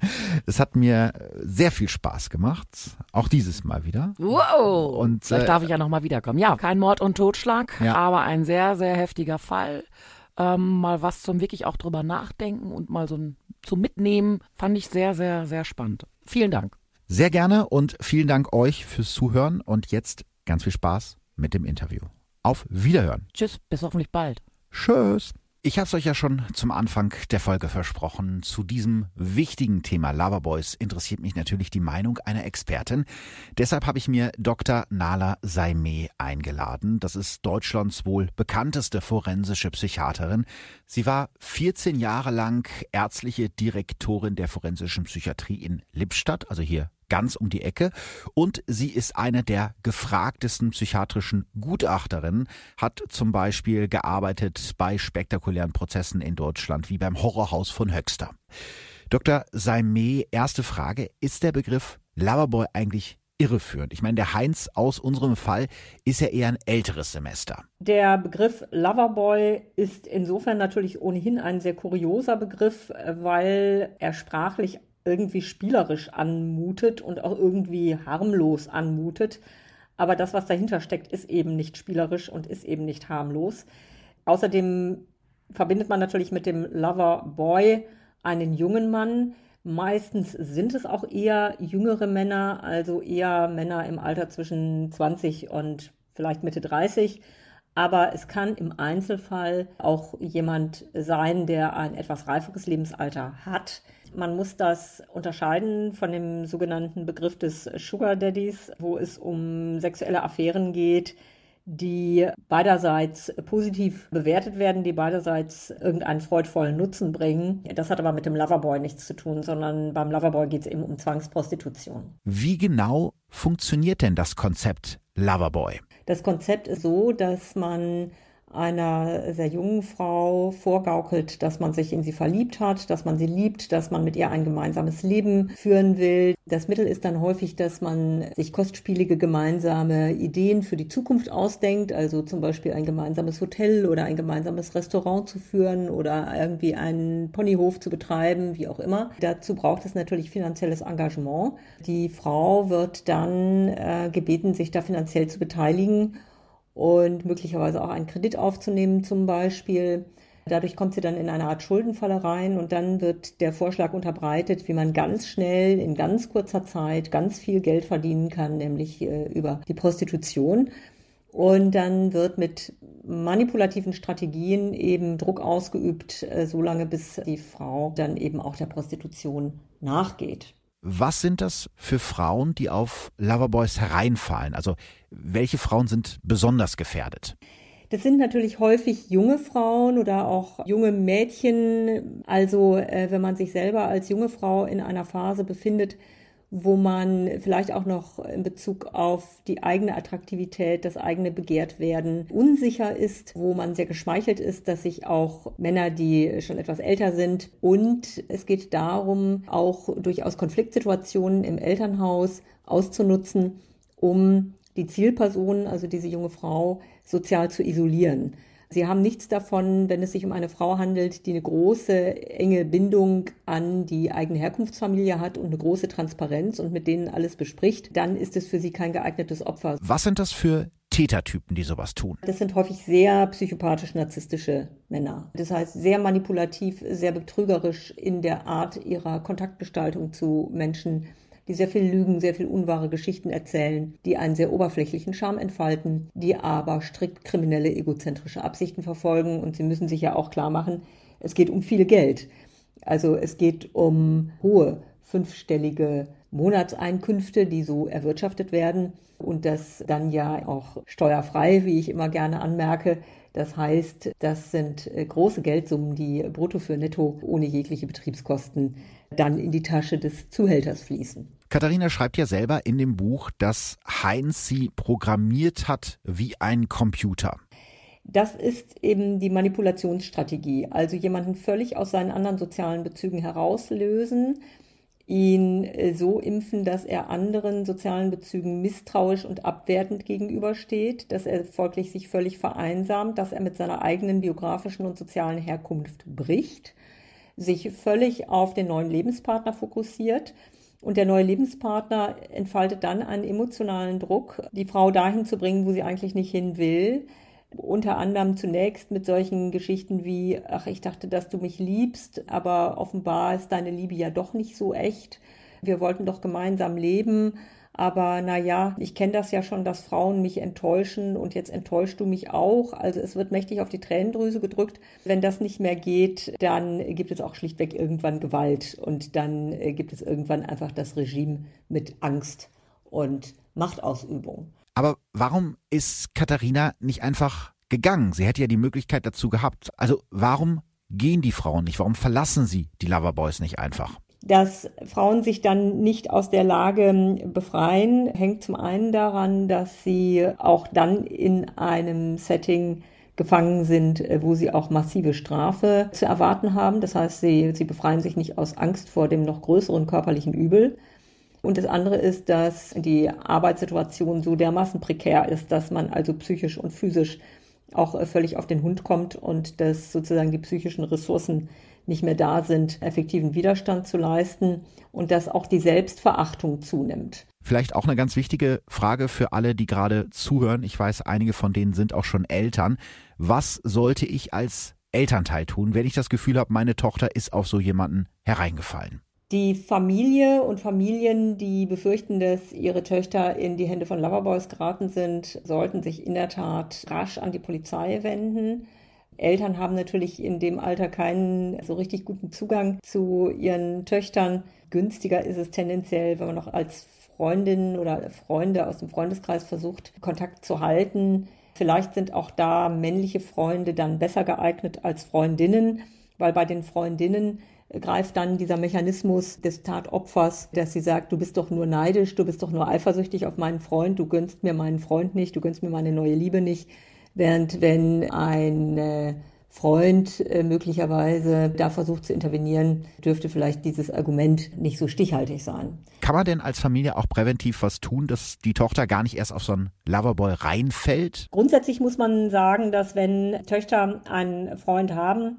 Speaker 2: Es hat mir sehr viel Spaß gemacht, auch dieses Mal wieder.
Speaker 3: Wow!
Speaker 2: Und
Speaker 3: vielleicht
Speaker 2: äh,
Speaker 3: darf ich ja nochmal wiederkommen. Ja, kein Mord und Totschlag,
Speaker 2: ja.
Speaker 3: aber ein sehr, sehr heftiger Fall. Ähm, mal was zum wirklich auch drüber nachdenken und mal so ein, zum Mitnehmen, fand ich sehr, sehr, sehr spannend. Vielen Dank.
Speaker 2: Sehr gerne und vielen Dank euch fürs Zuhören und jetzt ganz viel Spaß mit dem Interview. Auf Wiederhören.
Speaker 3: Tschüss, bis hoffentlich bald.
Speaker 2: Tschüss. Ich habe es euch ja schon zum Anfang der Folge versprochen. Zu diesem wichtigen Thema Loverboys interessiert mich natürlich die Meinung einer Expertin. Deshalb habe ich mir Doktor Nala Saimeh eingeladen. Das ist Deutschlands wohl bekannteste forensische Psychiaterin. Sie war vierzehn Jahre lang ärztliche Direktorin der forensischen Psychiatrie in Lippstadt, also hier ganz um die Ecke. Und sie ist eine der gefragtesten psychiatrischen Gutachterinnen, hat zum Beispiel gearbeitet bei spektakulären Prozessen in Deutschland, wie beim Horrorhaus von Höxter. Doktor Saimeh, erste Frage, ist der Begriff Loverboy eigentlich irreführend? Ich meine, der Heinz aus unserem Fall ist ja eher ein älteres Semester.
Speaker 1: Der Begriff Loverboy ist insofern natürlich ohnehin ein sehr kurioser Begriff, weil er sprachlich irgendwie spielerisch anmutet und auch irgendwie harmlos anmutet. Aber das, was dahinter steckt, ist eben nicht spielerisch und ist eben nicht harmlos. Außerdem verbindet man natürlich mit dem Loverboy einen jungen Mann. Meistens sind es auch eher jüngere Männer, also eher Männer im Alter zwischen zwanzig und vielleicht Mitte dreißig. Aber es kann im Einzelfall auch jemand sein, der ein etwas reiferes Lebensalter hat. Man muss das unterscheiden von dem sogenannten Begriff des Sugar Daddies, wo es um sexuelle Affären geht, die beiderseits positiv bewertet werden, die beiderseits irgendeinen freudvollen Nutzen bringen. Das hat aber mit dem Loverboy nichts zu tun, sondern beim Loverboy geht es eben um Zwangsprostitution.
Speaker 2: Wie genau funktioniert denn das Konzept Loverboy?
Speaker 1: Das Konzept ist so, dass man einer sehr jungen Frau vorgaukelt, dass man sich in sie verliebt hat, dass man sie liebt, dass man mit ihr ein gemeinsames Leben führen will. Das Mittel ist dann häufig, dass man sich kostspielige gemeinsame Ideen für die Zukunft ausdenkt, also zum Beispiel ein gemeinsames Hotel oder ein gemeinsames Restaurant zu führen oder irgendwie einen Ponyhof zu betreiben, wie auch immer. Dazu braucht es natürlich finanzielles Engagement. Die Frau wird dann äh, gebeten, sich da finanziell zu beteiligen und möglicherweise auch einen Kredit aufzunehmen zum Beispiel. Dadurch kommt sie dann in eine Art Schuldenfalle rein und dann wird der Vorschlag unterbreitet, wie man ganz schnell in ganz kurzer Zeit ganz viel Geld verdienen kann, nämlich äh, über die Prostitution. Und dann wird mit manipulativen Strategien eben Druck ausgeübt, äh, solange bis die Frau dann eben auch der Prostitution nachgeht.
Speaker 2: Was sind das für Frauen, die auf Loverboys hereinfallen? Also welche Frauen sind besonders gefährdet?
Speaker 1: Das sind natürlich häufig junge Frauen oder auch junge Mädchen. Also äh, wenn man sich selber als junge Frau in einer Phase befindet, wo man vielleicht auch noch in Bezug auf die eigene Attraktivität, das eigene Begehrtwerden unsicher ist, wo man sehr geschmeichelt ist, dass sich auch Männer, die schon etwas älter sind, und es geht darum, auch durchaus Konfliktsituationen im Elternhaus auszunutzen, um die Zielperson, also diese junge Frau, sozial zu isolieren. Sie haben nichts davon, wenn es sich um eine Frau handelt, die eine große, enge Bindung an die eigene Herkunftsfamilie hat und eine große Transparenz und mit denen alles bespricht, dann ist es für sie kein geeignetes Opfer.
Speaker 2: Was sind das für Tätertypen, die sowas tun?
Speaker 1: Das sind häufig sehr psychopathisch-narzisstische Männer. Das heißt, sehr manipulativ, sehr betrügerisch in der Art ihrer Kontaktgestaltung zu Menschen, die sehr viel lügen, sehr viel unwahre Geschichten erzählen, die einen sehr oberflächlichen Charme entfalten, die aber strikt kriminelle, egozentrische Absichten verfolgen. Und sie müssen sich ja auch klar machen, es geht um viel Geld. Also es geht um hohe fünfstellige Monatseinkünfte, die so erwirtschaftet werden und das dann ja auch steuerfrei, wie ich immer gerne anmerke. Das heißt, das sind große Geldsummen, die brutto für netto ohne jegliche Betriebskosten dann in die Tasche des Zuhälters fließen.
Speaker 2: Katharina schreibt ja selber in dem Buch, dass Heinz sie programmiert hat wie ein Computer.
Speaker 1: Das ist eben die Manipulationsstrategie, also jemanden völlig aus seinen anderen sozialen Bezügen herauslösen, ihn so impfen, dass er anderen sozialen Bezügen misstrauisch und abwertend gegenübersteht, dass er folglich sich völlig vereinsamt, dass er mit seiner eigenen biografischen und sozialen Herkunft bricht, sich völlig auf den neuen Lebenspartner fokussiert. Und der neue Lebenspartner entfaltet dann einen emotionalen Druck, die Frau dahin zu bringen, wo sie eigentlich nicht hin will. Unter anderem zunächst mit solchen Geschichten wie, ach, ich dachte, dass du mich liebst, aber offenbar ist deine Liebe ja doch nicht so echt. Wir wollten doch gemeinsam leben, aber na ja, ich kenne das ja schon, dass Frauen mich enttäuschen und jetzt enttäuschst du mich auch. Also es wird mächtig auf die Tränendrüse gedrückt. Wenn das nicht mehr geht, dann gibt es auch schlichtweg irgendwann Gewalt und dann gibt es irgendwann einfach das Regime mit Angst und Machtausübung.
Speaker 2: Aber warum ist Katharina nicht einfach gegangen? Sie hätte ja die Möglichkeit dazu gehabt. Also warum gehen die Frauen nicht? Warum verlassen sie die Loverboys nicht einfach?
Speaker 1: Dass Frauen sich dann nicht aus der Lage befreien, hängt zum einen daran, dass sie auch dann in einem Setting gefangen sind, wo sie auch massive Strafe zu erwarten haben. Das heißt, sie, sie befreien sich nicht aus Angst vor dem noch größeren körperlichen Übel. Und das andere ist, dass die Arbeitssituation so dermaßen prekär ist, dass man also psychisch und physisch auch völlig auf den Hund kommt und dass sozusagen die psychischen Ressourcen nicht mehr da sind, effektiven Widerstand zu leisten und dass auch die Selbstverachtung zunimmt.
Speaker 2: Vielleicht auch eine ganz wichtige Frage für alle, die gerade zuhören. Ich weiß, einige von denen sind auch schon Eltern. Was sollte ich als Elternteil tun, wenn ich das Gefühl habe, meine Tochter ist auf so jemanden hereingefallen?
Speaker 1: Die Familie und Familien, die befürchten, dass ihre Töchter in die Hände von Loverboys geraten sind, sollten sich in der Tat rasch an die Polizei wenden. Eltern haben natürlich in dem Alter keinen so richtig guten Zugang zu ihren Töchtern. Günstiger ist es tendenziell, wenn man noch als Freundinnen oder Freunde aus dem Freundeskreis versucht, Kontakt zu halten. Vielleicht sind auch da männliche Freunde dann besser geeignet als Freundinnen, weil bei den Freundinnen greift dann dieser Mechanismus des Tatopfers, dass sie sagt, du bist doch nur neidisch, du bist doch nur eifersüchtig auf meinen Freund, du gönnst mir meinen Freund nicht, du gönnst mir meine neue Liebe nicht. Während wenn ein Freund möglicherweise da versucht zu intervenieren, dürfte vielleicht dieses Argument nicht so stichhaltig sein.
Speaker 2: Kann man denn als Familie auch präventiv was tun, dass die Tochter gar nicht erst auf so einen Loverboy reinfällt?
Speaker 1: Grundsätzlich muss man sagen, dass wenn Töchter einen Freund haben,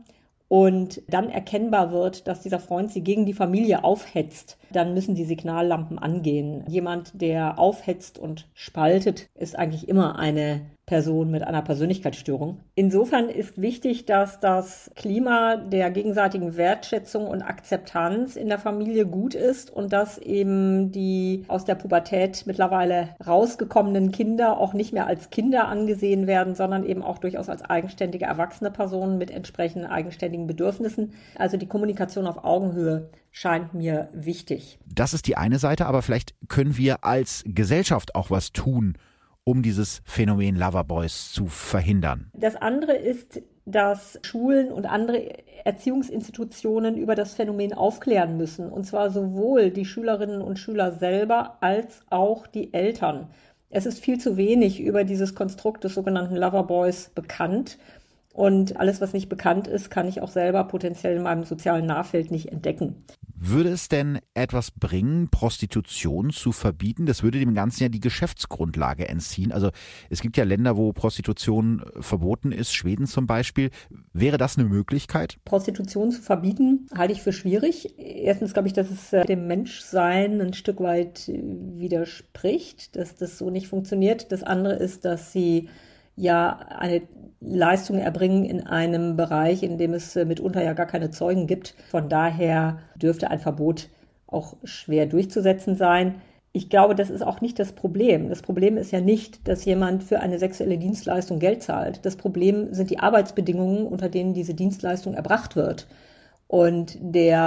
Speaker 1: und dann erkennbar wird, dass dieser Freund sie gegen die Familie aufhetzt, dann müssen die Signallampen angehen. Jemand, der aufhetzt und spaltet, ist eigentlich immer eine Person mit einer Persönlichkeitsstörung. Insofern ist wichtig, dass das Klima der gegenseitigen Wertschätzung und Akzeptanz in der Familie gut ist und dass eben die aus der Pubertät mittlerweile rausgekommenen Kinder auch nicht mehr als Kinder angesehen werden, sondern eben auch durchaus als eigenständige erwachsene Personen mit entsprechenden eigenständigen Bedürfnissen. Also die Kommunikation auf Augenhöhe scheint mir wichtig.
Speaker 2: Das ist die eine Seite, aber vielleicht können wir als Gesellschaft auch was tun, um dieses Phänomen Loverboys zu verhindern.
Speaker 1: Das andere ist, dass Schulen und andere Erziehungsinstitutionen über das Phänomen aufklären müssen. Und zwar sowohl die Schülerinnen und Schüler selber als auch die Eltern. Es ist viel zu wenig über dieses Konstrukt des sogenannten Loverboys bekannt. Und alles, was nicht bekannt ist, kann ich auch selber potenziell in meinem sozialen Nahfeld nicht entdecken.
Speaker 2: Würde es denn etwas bringen, Prostitution zu verbieten? Das würde dem Ganzen ja die Geschäftsgrundlage entziehen. Also es gibt ja Länder, wo Prostitution verboten ist, Schweden zum Beispiel. Wäre das eine Möglichkeit?
Speaker 1: Prostitution zu verbieten, halte ich für schwierig. Erstens glaube ich, dass es dem Menschsein ein Stück weit widerspricht, dass das so nicht funktioniert. Das andere ist, dass sie ja eine Leistung erbringen in einem Bereich, in dem es mitunter ja gar keine Zeugen gibt. Von daher dürfte ein Verbot auch schwer durchzusetzen sein. Ich glaube, das ist auch nicht das Problem. Das Problem ist ja nicht, dass jemand für eine sexuelle Dienstleistung Geld zahlt. Das Problem sind die Arbeitsbedingungen, unter denen diese Dienstleistung erbracht wird. Und der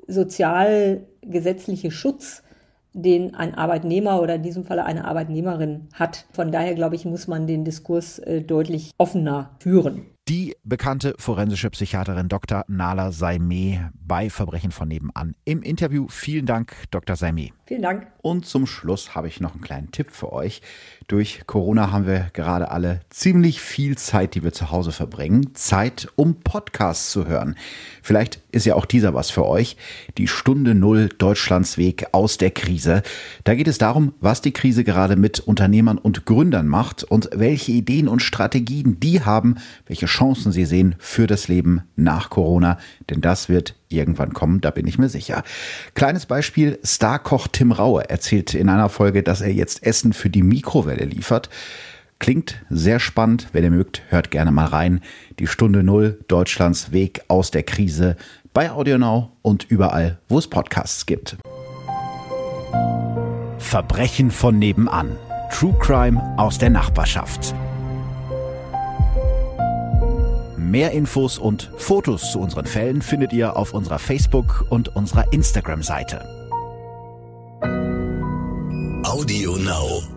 Speaker 1: sozialgesetzliche Schutz, den ein Arbeitnehmer oder in diesem Falle eine Arbeitnehmerin hat. Von daher, glaube ich, muss man den Diskurs äh, deutlich offener führen.
Speaker 2: Die bekannte forensische Psychiaterin Doktor Nahla Saimeh bei Verbrechen von nebenan im Interview. Vielen Dank, Doktor Saimeh.
Speaker 1: Vielen Dank.
Speaker 2: Und zum Schluss habe ich noch einen kleinen Tipp für euch. Durch Corona haben wir gerade alle ziemlich viel Zeit, die wir zu Hause verbringen. Zeit, um Podcasts zu hören. Vielleicht ist ja auch dieser was für euch. Die Stunde Null, Deutschlands Weg aus der Krise. Da geht es darum, was die Krise gerade mit Unternehmern und Gründern macht und welche Ideen und Strategien die haben, welche Chancen sie sehen für das Leben nach Corona. Denn das wird irgendwann kommen, da bin ich mir sicher. Kleines Beispiel, Starkoch Tim Raue erzählt in einer Folge, dass er jetzt Essen für die Mikrowelle liefert. Klingt sehr spannend, wenn ihr mögt, hört gerne mal rein. Die Stunde Null, Deutschlands Weg aus der Krise bei AudioNow und überall, wo es Podcasts gibt. Verbrechen von nebenan. True Crime aus der Nachbarschaft. Mehr Infos und Fotos zu unseren Fällen findet ihr auf unserer Facebook- und unserer Instagram-Seite.
Speaker 4: AudioNow.